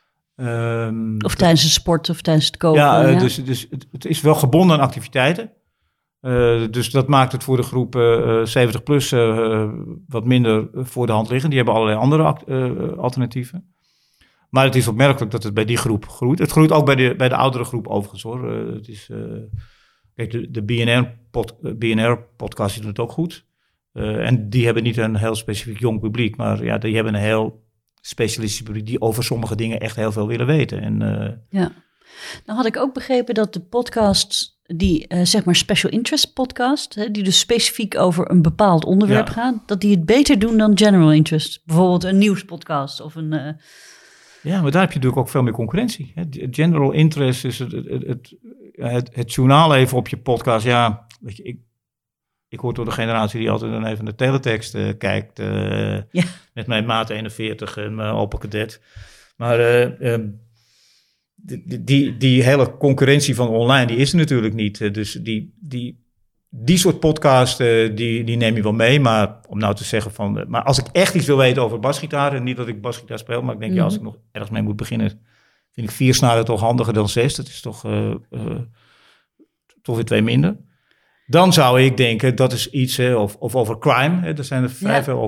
Of tijdens het sport of tijdens het koken. Ja, dus het is wel gebonden aan activiteiten. Dus dat maakt het voor de groep 70 plus wat minder voor de hand liggen. Die hebben allerlei andere alternatieven. Maar het is opmerkelijk dat het bij die groep groeit. Het groeit ook bij de oudere groep overigens hoor. Het is, kijk, de BNR-podcast die doet het ook goed. En die hebben niet een heel specifiek jong publiek. Maar ja, die hebben een heel specialistische publiek die over sommige dingen echt heel veel willen weten. Ja, nou had ik ook begrepen dat de podcasts die zeg maar special interest podcast, die dus specifiek over een bepaald onderwerp gaan, dat die het beter doen dan general interest. Bijvoorbeeld een nieuwspodcast of een... Ja, maar daar heb je natuurlijk ook veel meer concurrentie. General interest is het journaal even op je podcast. Ja, weet je, ik hoor door de generatie die altijd dan even de teletext kijkt. Met mijn maat 41 en mijn Opel Kadett. Maar die hele concurrentie van online, die is er natuurlijk niet. Dus die soort podcast, die neem je wel mee. Maar om nou te zeggen van... maar als ik echt iets wil weten over basgitaar... en niet dat ik basgitaar speel... maar ik denk, als ik nog ergens mee moet beginnen... vind ik 4 snaren toch handiger dan 6. Dat is toch weer 2 minder. Dan zou ik denken, dat is iets, of over crime. Hè, er zijn er vrij veel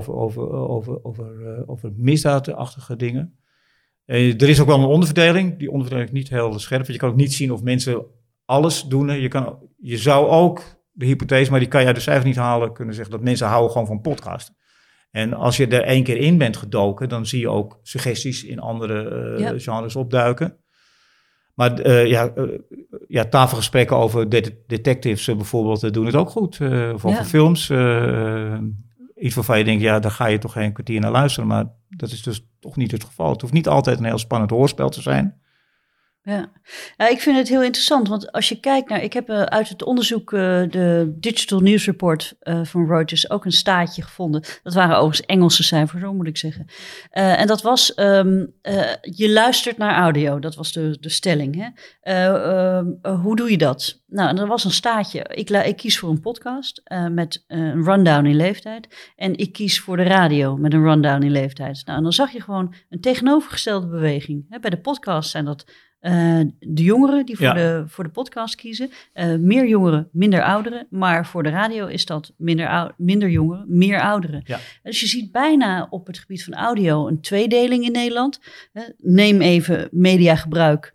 over misdaadachtige dingen. Er is ook wel een onderverdeling. Die onderverdeling is niet heel scherp. Want je kan ook niet zien of mensen alles doen. Je zou ook, de hypothese, maar die kan je uit de cijfers niet halen, kunnen zeggen dat mensen houden gewoon van podcasten. En als je er 1 keer in bent gedoken, dan zie je ook suggesties in andere genres opduiken. Maar tafelgesprekken over detectives bijvoorbeeld doen het ook goed. Of over films. Iets waarvan je denkt, daar ga je toch geen kwartier naar luisteren. Maar dat is dus toch niet het geval. Het hoeft niet altijd een heel spannend hoorspel te zijn. Ja, ik vind het heel interessant, want als je kijkt naar... Ik heb uit het onderzoek de Digital News Report van Reuters ook een staatje gevonden. Dat waren overigens Engelse cijfers, zo moet ik zeggen. En dat was, je luistert naar audio, dat was de stelling. Hè? Hoe doe je dat? Nou, en er was een staatje. Ik kies voor een podcast met een rundown in leeftijd. En ik kies voor de radio met een rundown in leeftijd. Nou, en dan zag je gewoon een tegenovergestelde beweging. Hè? Bij de podcast zijn dat... de jongeren die voor de podcast kiezen. Meer jongeren, minder ouderen. Maar voor de radio is dat minder jongeren, meer ouderen. Ja. Dus je ziet bijna op het gebied van audio een tweedeling in Nederland. Neem even mediagebruik.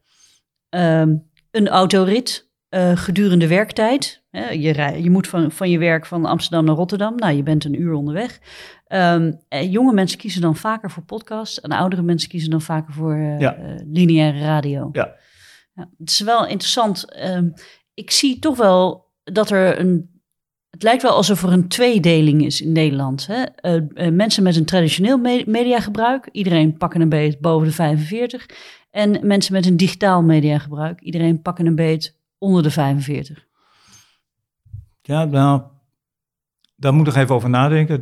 Een autorit gedurende werktijd. Je moet van je werk van Amsterdam naar Rotterdam. Nou, je bent 1 uur onderweg. Jonge mensen kiezen dan vaker voor podcasts en oudere mensen kiezen dan vaker voor lineaire radio. Ja. Ja, het is wel interessant. Ik zie toch wel dat het lijkt wel alsof er een tweedeling is in Nederland. Hè? Mensen met een traditioneel mediagebruik, iedereen pakken een beet boven de 45. En mensen met een digitaal mediagebruik, iedereen pakken een beet onder de 45. Ja, nou, daar moet ik nog even over nadenken.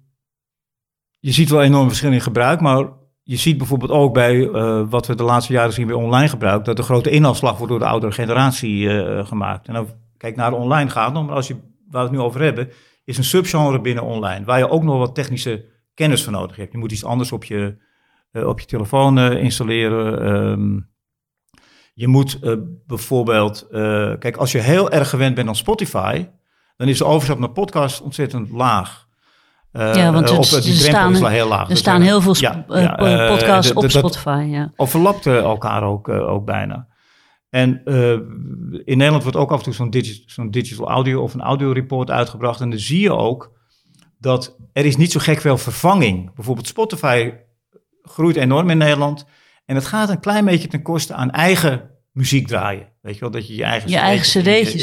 Je ziet wel enorm verschil in gebruik, maar je ziet bijvoorbeeld ook bij wat we de laatste jaren zien bij online gebruik, dat de grote inhaalslag wordt door de oudere generatie gemaakt. En dan kijk naar online gaat nog, maar als je waar we het nu over hebben, is een subgenre binnen online, waar je ook nog wat technische kennis voor nodig hebt. Je moet iets anders op je telefoon installeren. Je moet bijvoorbeeld, kijk, als je heel erg gewend bent aan Spotify, dan is de overstap naar podcast ontzettend laag. Want die drempel is wel heel laag. Er staan heel veel podcasts op Spotify. Ja. Overlapt elkaar ook bijna. En in Nederland wordt ook af en toe zo'n digital audio of een audioreport uitgebracht. En dan zie je ook dat er is niet zo gek veel vervanging. Bijvoorbeeld Spotify groeit enorm in Nederland. En het gaat een klein beetje ten koste aan eigen muziek draaien. Weet je wel, dat je je eigen cd'tjes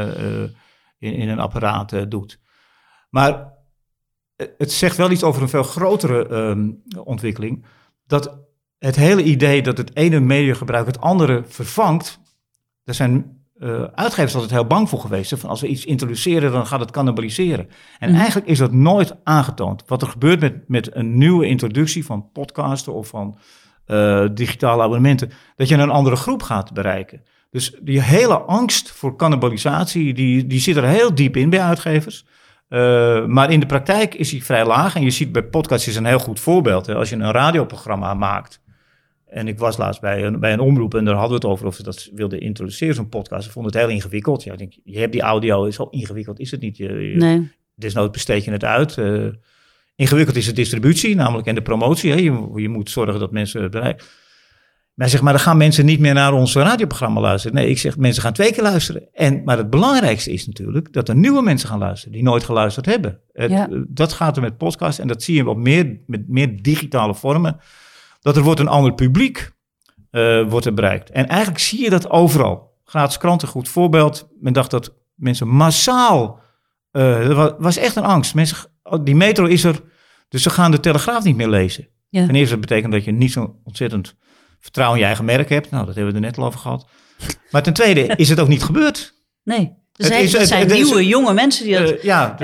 in een apparaat doet. Maar het zegt wel iets over een veel grotere ontwikkeling. Dat het hele idee dat het ene mediagebruik het andere vervangt. Daar zijn uitgevers altijd heel bang voor geweest. Van als we iets introduceren, dan gaat het cannibaliseren. En eigenlijk is dat nooit aangetoond. Wat er gebeurt met een nieuwe introductie van podcasten of van digitale abonnementen, dat je een andere groep gaat bereiken. Dus die hele angst voor cannibalisatie, die zit er heel diep in bij uitgevers. Maar in de praktijk is die vrij laag. En je ziet bij podcasts is een heel goed voorbeeld. Hè. Als je een radioprogramma maakt. En ik was laatst bij een omroep en daar hadden we het over of ze dat wilden introduceren, zo'n podcast. Ze vonden het heel ingewikkeld. Ja, ik denk, je hebt die audio, zo ingewikkeld is het niet. Nee. Desnoods besteed je het uit. Ingewikkeld is de distributie, namelijk en de promotie. Hè. Je moet zorgen dat mensen het bereiken. Maar zeg maar, dan gaan mensen niet meer naar ons radioprogramma luisteren. Nee, ik zeg, mensen gaan 2 keer luisteren. Maar het belangrijkste is natuurlijk dat er nieuwe mensen gaan luisteren die nooit geluisterd hebben. Dat gaat er met podcasts en dat zie je met meer digitale vormen. Dat er wordt een ander publiek wordt er bereikt. En eigenlijk zie je dat overal. Gratis kranten, goed voorbeeld. Men dacht dat mensen massaal... dat was echt een angst. Mensen, die metro is er, dus ze gaan de Telegraaf niet meer lezen. Ja. Ten eerste, dat betekent dat je niet zo ontzettend vertrouwen in je eigen merk hebt. Nou, dat hebben we er net al over gehad. Maar ten tweede is het ook niet gebeurd. Nee, het zijn nieuwe, jonge mensen die dat...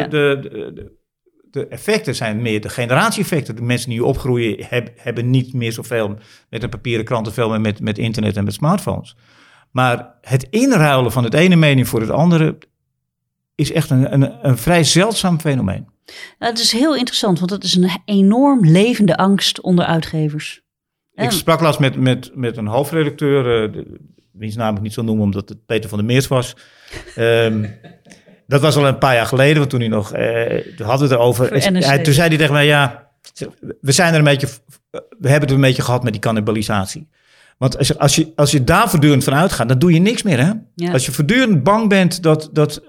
De effecten zijn meer de generatie-effecten. De mensen die nu opgroeien hebben niet meer zoveel met een papieren krant, veel meer met internet en met smartphones. Maar het inruilen van het ene mening voor het andere is echt een vrij zeldzaam fenomeen. Nou, het is heel interessant, want het is een enorm levende angst onder uitgevers. Ik sprak laatst met een hoofdredacteur, wiens naam ik niet zal noemen omdat het Peter van der Meers was. Dat was al een paar jaar geleden, want toen hij nog... Toen hadden we het erover. Toen zei hij tegen mij, ja, we hebben het een beetje gehad met die cannibalisatie. Want als je daar voortdurend van uitgaat, dan doe je niks meer, hè? Ja. Als je voortdurend bang bent dat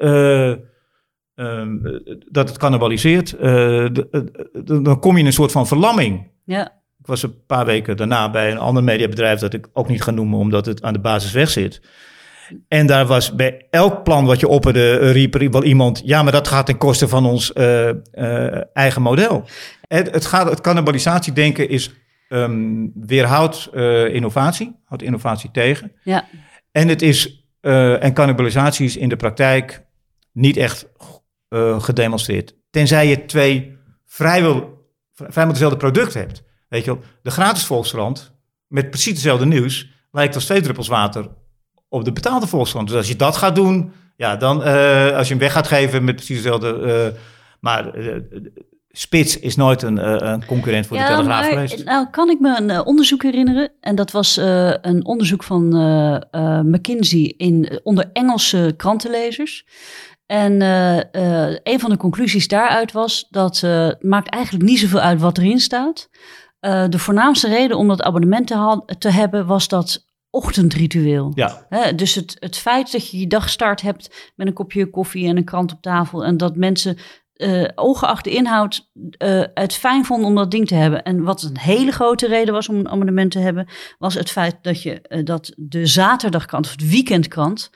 het cannibaliseert, dan kom je in een soort van verlamming. Ja. Ik was een paar weken daarna bij een ander mediabedrijf dat ik ook niet ga noemen, omdat het aan de basis weg zit. En daar was bij elk plan wat je opperde, riep er wel iemand, ja, maar dat gaat ten koste van ons eigen model. Het cannibalisatiedenken is weerhoudt innovatie, houdt innovatie tegen. Ja. En en cannibalisatie is in de praktijk niet echt gedemonstreerd. Tenzij je 2 vrijwel dezelfde producten hebt. Weet je wel, de gratis Volkskrant met precies hetzelfde nieuws lijkt als 2 druppels water op de betaalde Volkskrant. Dus als je dat gaat doen, ja, dan als je hem weg gaat geven met precies hetzelfde. Spits is nooit een concurrent voor de Telegraaf geweest. Nou, kan ik me een onderzoek herinneren. En dat was een onderzoek van McKinsey onder Engelse krantenlezers. En een van de conclusies daaruit was dat het maakt eigenlijk niet zoveel uit wat erin staat. De voornaamste reden om dat abonnement te hebben was dat ochtendritueel. Ja. Dus het feit dat je dagstart hebt met een kopje koffie en een krant op tafel en dat mensen ongeacht de inhoud het fijn vonden om dat ding te hebben. En wat een hele grote reden was om een abonnement te hebben, was het feit dat de zaterdagkrant of het weekendkrant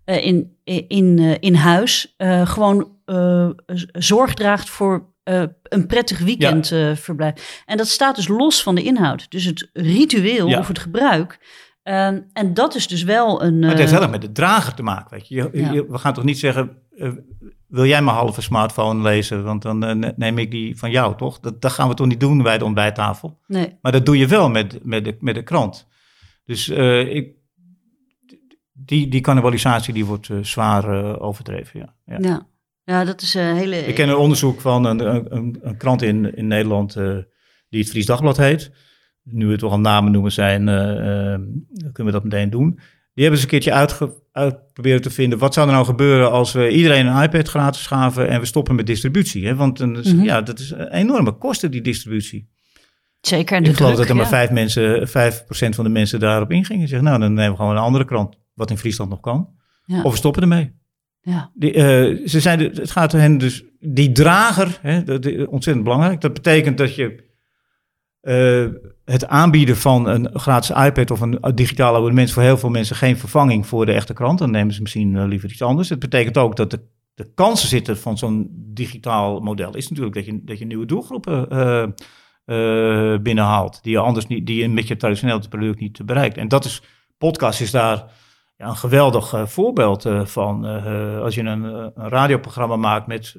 in huis gewoon zorg draagt voor een prettig weekendverblijf. En dat staat dus los van de inhoud. Dus het ritueel of het gebruik. En dat is dus wel een... Maar het heeft wel met de drager te maken. Weet je. We gaan toch niet zeggen, wil jij mijn halve smartphone lezen? Want dan neem ik die van jou, toch? Dat gaan we toch niet doen bij de ontbijttafel? Nee. Maar dat doe je wel met de krant. Dus die cannibalisatie die wordt zwaar overdreven, ja. Ja, dat is een hele... Ik ken een onderzoek van een krant in Nederland die het Fries Dagblad heet. Nu we het toch al namen noemen zijn, kunnen we dat meteen doen. Die hebben eens een keertje proberen te vinden. Wat zou er nou gebeuren als we iedereen een iPad gratis gaven en we stoppen met distributie? Hè? Want dat is een enorme kosten, die distributie. Zeker. Ik geloof dat er maar 5% van de mensen daarop ingingen. Zeggen, nou, dan nemen we gewoon een andere krant, wat in Friesland nog kan. Ja. Of we stoppen ermee. Ja. Het gaat hen dus, die drager, dat is ontzettend belangrijk. Dat betekent dat je het aanbieden van een gratis iPad of een digitaal abonnement voor heel veel mensen geen vervanging voor de echte krant. Dan nemen ze misschien liever iets anders. Het betekent ook dat de kansen zitten van zo'n digitaal model is natuurlijk dat je nieuwe doelgroepen binnenhaalt, die je anders niet, die je met je traditionele product niet bereikt. En podcast is daar een geweldig voorbeeld van. Als je een radioprogramma maakt met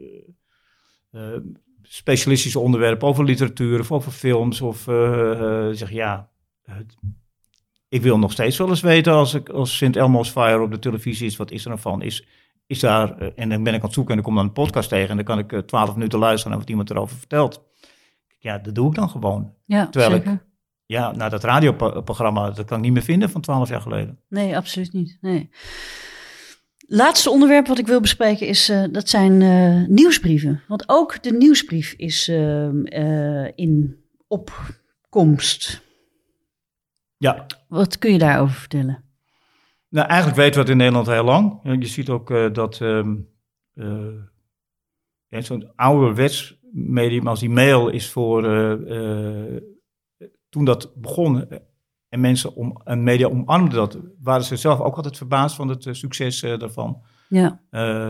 specialistische onderwerpen over literatuur of over films, of ik wil nog steeds wel eens weten als St. Elmo's Fire op de televisie is, wat is er nou van? Is daar, en dan ben ik aan het zoeken en dan kom dan een podcast tegen en dan kan ik 12 minuten luisteren naar wat iemand erover vertelt. Ja, dat doe ik dan gewoon. Ja, terwijl zeker. Dat radioprogramma, dat kan ik niet meer vinden van 12 jaar geleden. Nee, absoluut niet. Nee. Laatste onderwerp wat ik wil bespreken is, dat zijn nieuwsbrieven. Want ook de nieuwsbrief is in opkomst. Ja. Wat kun je daarover vertellen? Nou, eigenlijk weten we het in Nederland heel lang. Je ziet ook dat zo'n ouderwets medium als die mail is voor... toen dat begon en mensen een media omarmden dat, waren ze zelf ook altijd verbaasd van het succes daarvan. Ja.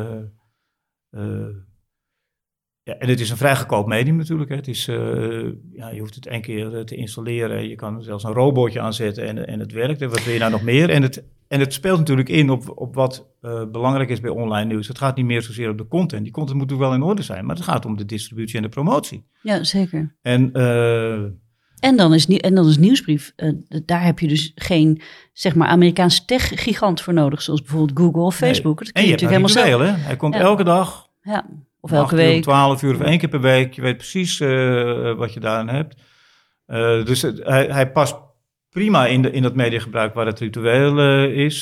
En het is een vrij goedkoop medium natuurlijk. Hè. Het is, je hoeft het 1 keer te installeren. Je kan zelfs een robotje aanzetten en het werkt. Wat wil je nou nog meer? En het speelt natuurlijk in op wat belangrijk is bij online nieuws. Het gaat niet meer zozeer op de content. Die content moet natuurlijk wel in orde zijn. Maar het gaat om de distributie en de promotie. Ja, zeker. En dan is nieuwsbrief. Daar heb je dus geen, zeg maar, Amerikaanse tech-gigant voor nodig. Zoals bijvoorbeeld Google of Facebook. Nee. En je hebt natuurlijk helemaal zelf. Hè? Hij komt elke dag. Ja. Of elke week. Om 12 uur of 1 keer per week. Je weet precies wat je daarin hebt. Dus hij past prima in dat mediagebruik waar het ritueel is.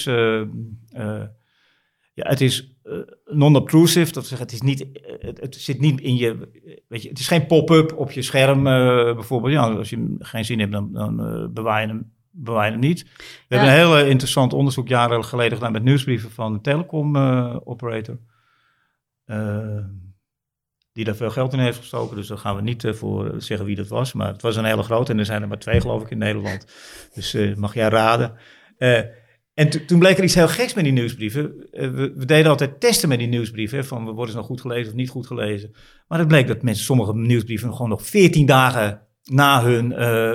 Het is non-obtrusive. Dat wil zeggen, het zit niet in je... Weet je, het is geen pop-up op je scherm bijvoorbeeld. Ja, als je geen zin hebt, dan bewaar je hem niet. We hebben een heel interessant onderzoek jaren geleden gedaan met nieuwsbrieven van de telecom-operator. Die daar veel geld in heeft gestoken. Dus daar gaan we niet voor zeggen wie dat was. Maar het was een hele grote. En er zijn er maar 2, geloof ik, in Nederland. Dus mag jij raden. En toen bleek er iets heel geks met die nieuwsbrieven. We deden altijd testen met die nieuwsbrieven. Van worden ze nou goed gelezen of niet goed gelezen. Maar het bleek dat mensen sommige nieuwsbrieven gewoon nog 14 dagen na hun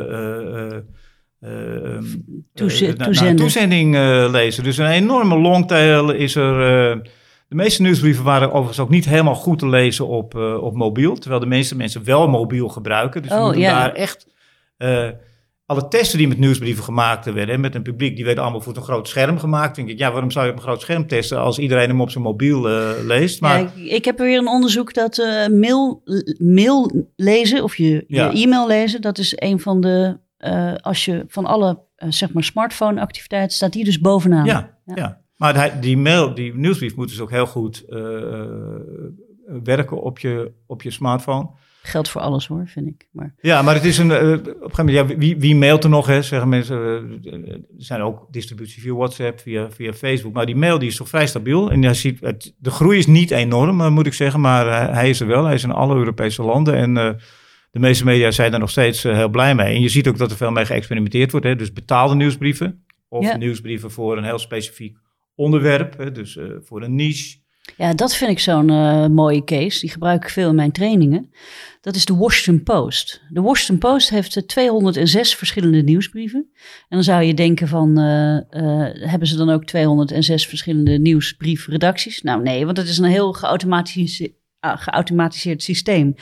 toezending lezen. Dus een enorme longtail is er... De meeste nieuwsbrieven waren overigens ook niet helemaal goed te lezen op mobiel. Terwijl de meeste mensen wel mobiel gebruiken. Dus we moeten daar echt... alle testen die met nieuwsbrieven gemaakt werden, met een publiek, die werden allemaal voor een groot scherm gemaakt. Denk ik, waarom zou je op een groot scherm testen als iedereen hem op zijn mobiel leest? Maar... Ja, ik heb weer een onderzoek dat mail lezen of je e-mail lezen, dat is een van de, als je van alle smartphone activiteiten, staat die dus bovenaan. Ja. Maar die nieuwsbrief moet dus ook heel goed werken op je smartphone. Geldt voor alles hoor, vind ik. Maar... Ja, maar het is op een gegeven moment, wie mailt er nog? Hè? Zeggen mensen, er zijn ook distributie via WhatsApp, via Facebook. Maar die mail die is toch vrij stabiel. En je ziet, de groei is niet enorm, moet ik zeggen. Maar hij is er wel. Hij is in alle Europese landen. En de meeste media zijn daar nog steeds heel blij mee. En je ziet ook dat er veel mee geëxperimenteerd wordt. Hè? Dus betaalde nieuwsbrieven. Of nieuwsbrieven voor een heel specifiek onderwerp. Hè? Dus voor een niche. Ja, dat vind ik zo'n mooie case. Die gebruik ik veel in mijn trainingen. Dat is de Washington Post. De Washington Post heeft 206 verschillende nieuwsbrieven. En dan zou je denken van, hebben ze dan ook 206 verschillende nieuwsbriefredacties? Nou nee, want het is een heel geautomatiseerd systeem.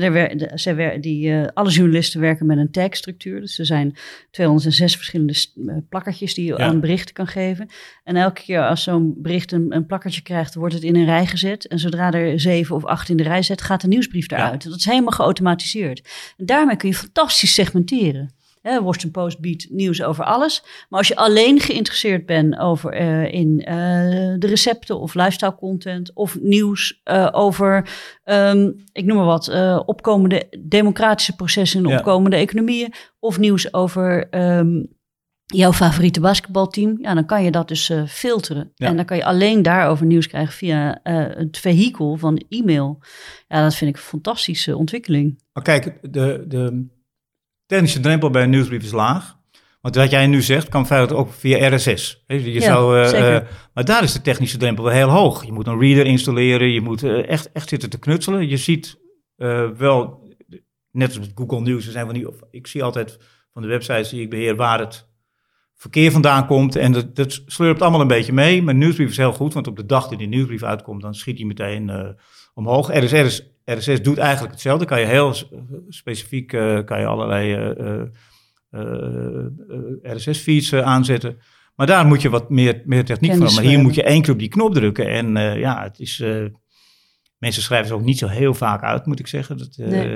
Alle journalisten werken met een tagstructuur. Dus er zijn 206 verschillende plakkertjes die je aan berichten kan geven. En elke keer als zo'n bericht een plakkertje krijgt, wordt het in een rij gezet. En zodra er 7 of 8 in de rij zet, gaat de nieuwsbrief eruit. Dat is helemaal geautomatiseerd. En daarmee kun je fantastisch segmenteren. Washington Post biedt nieuws over alles. Maar als je alleen geïnteresseerd bent in de recepten of lifestyle content of nieuws over, ik noem maar wat, opkomende democratische processen in opkomende economieën of nieuws over jouw favoriete basketbalteam, dan kan je dat dus filteren. Ja. En dan kan je alleen daarover nieuws krijgen via het vehikel van e-mail. Ja, dat vind ik een fantastische ontwikkeling. Maar kijk, de technische drempel bij een nieuwsbrief is laag. Want wat jij nu zegt, kan feitelijk ook via RSS. Maar daar is de technische drempel wel heel hoog. Je moet een reader installeren, je moet echt zitten te knutselen. Je ziet wel, net als met Google News, ik zie altijd van de websites die ik beheer waar het verkeer vandaan komt. En dat slurpt allemaal een beetje mee. Maar nieuwsbrief is heel goed, want op de dag dat die nieuwsbrief uitkomt, dan schiet hij meteen omhoog. RSS doet eigenlijk hetzelfde. Kan je heel specifiek allerlei RSS-feeds aanzetten. Maar daar moet je wat meer techniek van. Maar hier moet je 1 keer op die knop drukken. En het is... mensen schrijven ze ook niet zo heel vaak uit, moet ik zeggen.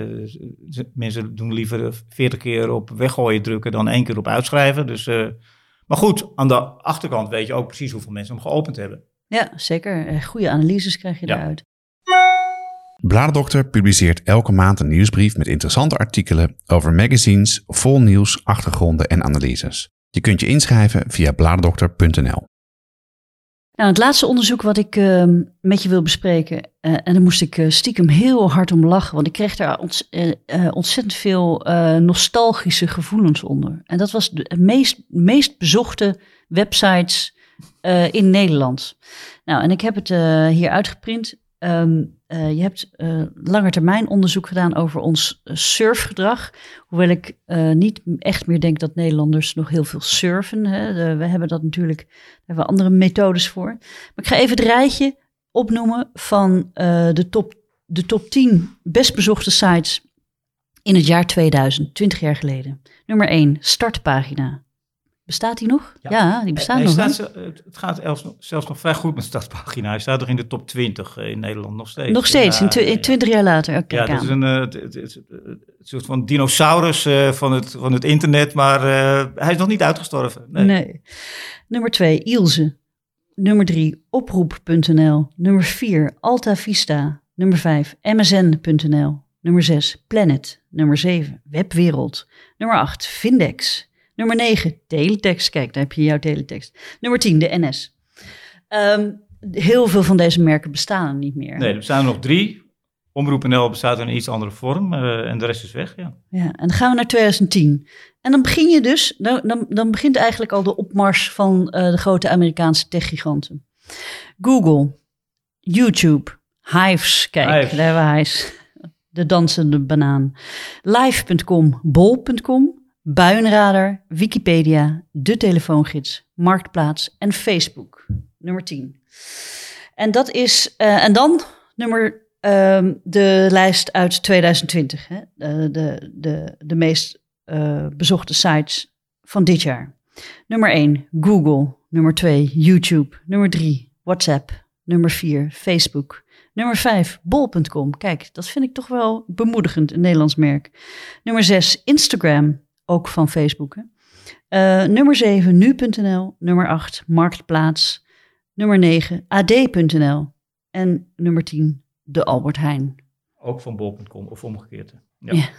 Mensen doen liever 40 keer op weggooien drukken dan 1 keer op uitschrijven. Dus, maar goed, aan de achterkant weet je ook precies hoeveel mensen hem geopend hebben. Ja, zeker. Goede analyses krijg je daaruit. Bladerdokter publiceert elke maand een nieuwsbrief met interessante artikelen over magazines, vol nieuws, achtergronden en analyses. Je kunt je inschrijven via bladerdokter.nl. Nou, het laatste onderzoek wat ik met je wil bespreken, en daar moest ik stiekem heel hard om lachen, want ik kreeg daar ontzettend veel nostalgische gevoelens onder. En dat was de meest bezochte websites in Nederland. Nou, en ik heb het hier uitgeprint. Je hebt langetermijn onderzoek gedaan over ons surfgedrag. Hoewel ik niet echt meer denk dat Nederlanders nog heel veel surfen. Hè. We hebben dat natuurlijk, daar hebben we andere methodes voor. Maar ik ga even het rijtje opnoemen van de top 10 best bezochte sites in het jaar 2000, 20 jaar geleden. Nummer 1, startpagina. Bestaat die nog? Ja, die bestaat nog. Het gaat zelfs nog vrij goed met startpagina. Hij staat nog in de top 20 in Nederland nog steeds. Nog steeds, in 20 jaar later. Het is een soort van dinosaurus van het internet, maar hij is nog niet uitgestorven. Nee. Nummer 2, Ilse. Nummer 3, oproep.nl. Nummer 4, Alta Vista. Nummer 5, msn.nl. Nummer 6, Planet. Nummer 7, Webwereld. Nummer 8, Vindex. Nummer 9, teletext. Kijk, daar heb je jouw teletext. Nummer 10, de NS. Heel veel van deze merken bestaan niet meer. Nee, er bestaan er nog 3. Omroep.nl bestaat in een iets andere vorm en de rest is weg, ja. Ja, en dan gaan we naar 2010. En dan begin je dus, dan begint eigenlijk al de opmars van de grote Amerikaanse techgiganten. Google, YouTube, Hives, kijk, daar hebben we Hives. De dansende banaan. Live.com, bol.com. Buienradar, Wikipedia, De Telefoongids, Marktplaats en Facebook. Nummer 10. En dat is, en dan de lijst uit 2020. Hè? De meest bezochte sites van dit jaar. Nummer 1, Google. Nummer 2, YouTube. Nummer 3, WhatsApp. Nummer 4, Facebook. Nummer 5, bol.com. Kijk, dat vind ik toch wel bemoedigend, een Nederlands merk. Nummer 6, Instagram. Ook van Facebook. Nummer 7, nu.nl. Nummer 8, Marktplaats. Nummer 9, ad.nl. En nummer 10, de Albert Heijn. Ook van bol.com of omgekeerd. Ja.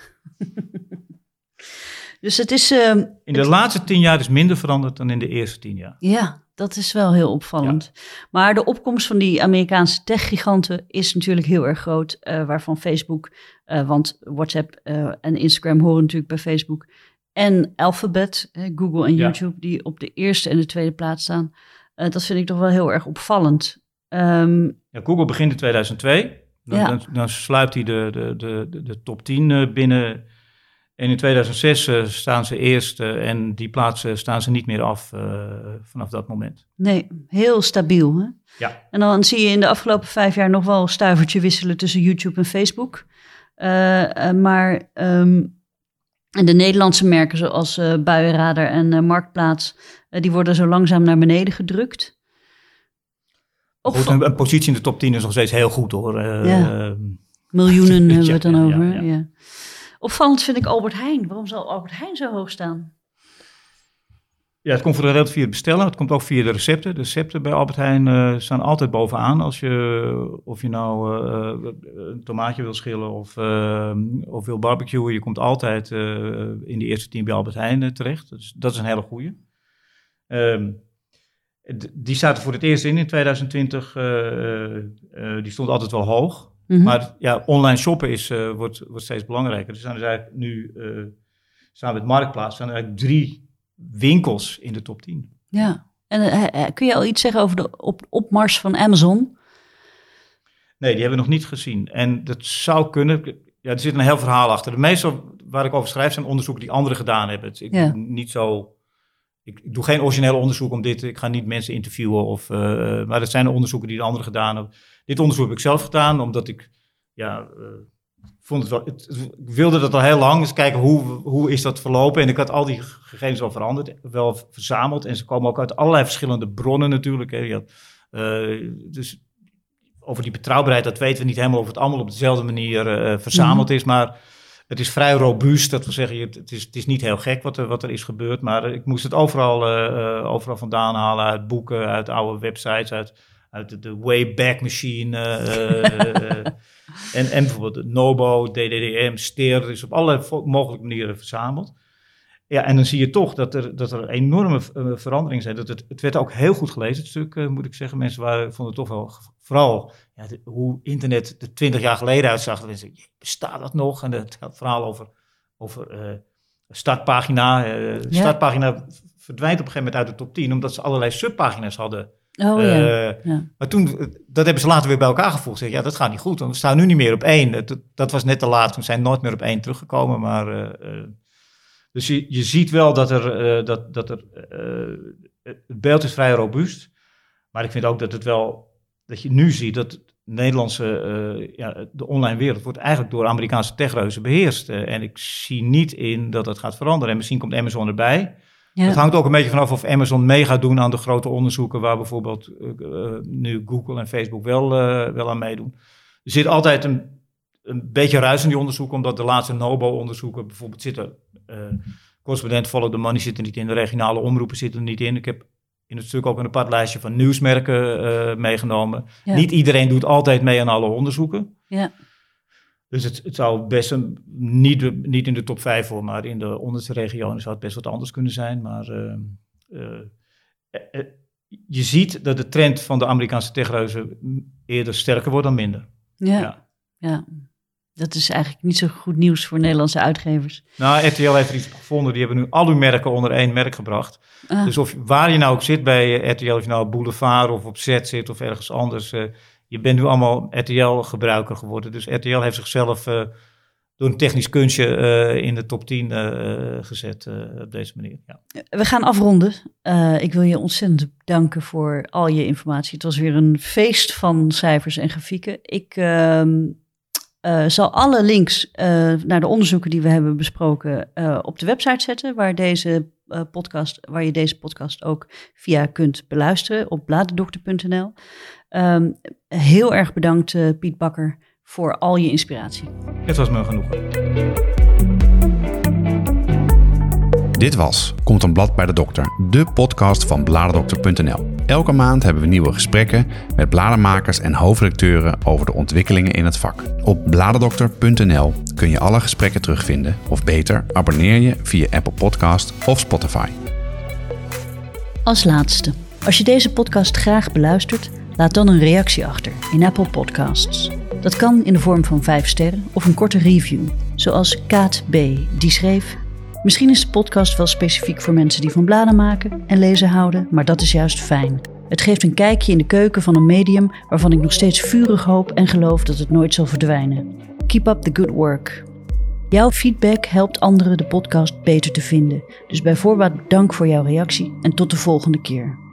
Dus het is... in de laatste 10 jaar is minder veranderd dan in de eerste 10 jaar. Ja, dat is wel heel opvallend. Ja. Maar de opkomst van die Amerikaanse techgiganten is natuurlijk heel erg groot. Waarvan Facebook, want WhatsApp en Instagram horen natuurlijk bij Facebook... En Alphabet, Google en YouTube, die op de eerste en de tweede plaats staan. Dat vind ik toch wel heel erg opvallend. Google begint in 2002. Dan sluipt hij de top 10 binnen. En in 2006 staan ze eerst en die plaatsen staan ze niet meer af vanaf dat moment. Nee, heel stabiel. Hè? Ja. En dan zie je in de afgelopen 5 jaar nog wel een stuivertje wisselen tussen YouTube en Facebook. Maar de Nederlandse merken zoals Buienradar en Marktplaats, die worden zo langzaam naar beneden gedrukt. Goed, een positie in de top 10 is nog steeds heel goed hoor. Miljoenen hebben we het dan over. Ja. Opvallend vind ik Albert Heijn. Waarom zal Albert Heijn zo hoog staan? Ja, het komt voor de helft via het bestellen. Het komt ook via de recepten. De recepten bij Albert Heijn staan altijd bovenaan. Of je nou een tomaatje wil schillen of wil barbecuen. Je komt altijd in de eerste 10 bij Albert Heijn terecht. Dus dat is een hele goeie. Die staat er voor het eerst in 2020. Die stond altijd wel hoog. Mm-hmm. Maar ja, online shoppen wordt steeds belangrijker. Er zijn dus eigenlijk nu, samen met Marktplaats, zijn er eigenlijk 3 winkels in de top 10. Ja, en kun je al iets zeggen over de opmars van Amazon? Nee, die hebben we nog niet gezien. En dat zou kunnen. Ja, er zit een heel verhaal achter. De meeste waar ik over schrijf zijn onderzoeken die anderen gedaan hebben. Ik doe geen origineel onderzoek om dit. Ik ga niet mensen interviewen. Maar het zijn de onderzoeken die de anderen gedaan hebben. Dit onderzoek heb ik zelf gedaan, omdat ik vond het wel. Ik wilde dat al heel lang. Dus kijken hoe is dat verlopen. En ik had al die gegevens wel verzameld. En ze komen ook uit allerlei verschillende bronnen natuurlijk. Hè. Dus over die betrouwbaarheid, dat weten we niet helemaal of het allemaal op dezelfde manier verzameld is. Maar het is vrij robuust. Dat wil zeggen, het is niet heel gek wat er is gebeurd. Maar ik moest het overal vandaan halen. Uit boeken, uit oude websites, uit de Wayback Machine. En bijvoorbeeld de Nobo, DDDM, Steer. Het is op allerlei mogelijke manieren verzameld. Ja, en dan zie je toch dat er enorme veranderingen zijn. Het werd ook heel goed gelezen, het stuk, moet ik zeggen. Mensen vonden het toch wel, vooral hoe internet er 20 jaar geleden uitzag. Dan zei bestaat dat nog? En het verhaal over startpagina. Startpagina verdwijnt op een gegeven moment uit de top 10, omdat ze allerlei subpagina's hadden. Maar toen, dat hebben ze later weer bij elkaar gevoegd. Zeg, dat gaat niet goed, want we staan nu niet meer op 1. Dat was net te laat, we zijn nooit meer op 1 teruggekomen. Maar dus je ziet wel dat het beeld is vrij robuust. Maar ik vind ook dat je nu ziet dat de Nederlandse, de online wereld wordt eigenlijk door Amerikaanse techreuzen beheerst. En ik zie niet in dat gaat veranderen. En misschien komt Amazon erbij. Ja. Het hangt ook een beetje vanaf of Amazon mee gaat doen aan de grote onderzoeken waar bijvoorbeeld nu Google en Facebook wel aan meedoen. Er zit altijd een beetje ruis in die onderzoeken, omdat de laatste Nobo-onderzoeken bijvoorbeeld zitten. Correspondent Follow the Money zit er niet in, de regionale omroepen zitten er niet in. Ik heb in het stuk ook een apart lijstje van nieuwsmerken meegenomen. Ja. Niet iedereen doet altijd mee aan alle onderzoeken. Ja. Dus het zou best niet in de top 5 voor, maar in de onderste regionen zou het best wat anders kunnen zijn. Maar je ziet dat de trend van de Amerikaanse techreuzen eerder sterker wordt dan minder. Ja. Dat is eigenlijk niet zo goed nieuws voor Nederlandse uitgevers. Nou, RTL heeft er iets gevonden. Die hebben nu al hun merken onder 1 merk gebracht. Dus waar je nou ook zit bij RTL, of je nou op Boulevard of op Z zit of ergens anders. Je bent nu allemaal RTL-gebruiker geworden. Dus RTL heeft zichzelf door een technisch kunstje in de top 10 gezet op deze manier. Ja. We gaan afronden. Ik wil je ontzettend danken voor al je informatie. Het was weer een feest van cijfers en grafieken. Ik zal alle links naar de onderzoeken die we hebben besproken op de website zetten, waar je deze podcast ook via kunt beluisteren op bladerdokter.nl. Heel erg bedankt Piet Bakker voor al je inspiratie. Het was me genoegen. Dit was Komt een blad bij de dokter, de podcast van bladerdokter.nl. Elke maand hebben we nieuwe gesprekken met bladermakers en hoofdredacteuren over de ontwikkelingen in het vak. Op bladerdokter.nl kun je alle gesprekken terugvinden, of beter, abonneer je via Apple Podcast of Spotify. Als laatste, als je deze podcast graag beluistert, laat dan een reactie achter in Apple Podcasts. Dat kan in de vorm van 5 sterren of een korte review, zoals Kaat B. die schreef: misschien is de podcast wel specifiek voor mensen die van bladen maken en lezen houden, maar dat is juist fijn. Het geeft een kijkje in de keuken van een medium waarvan ik nog steeds vurig hoop en geloof dat het nooit zal verdwijnen. Keep up the good work. Jouw feedback helpt anderen de podcast beter te vinden. Dus bij voorbaat dank voor jouw reactie en tot de volgende keer.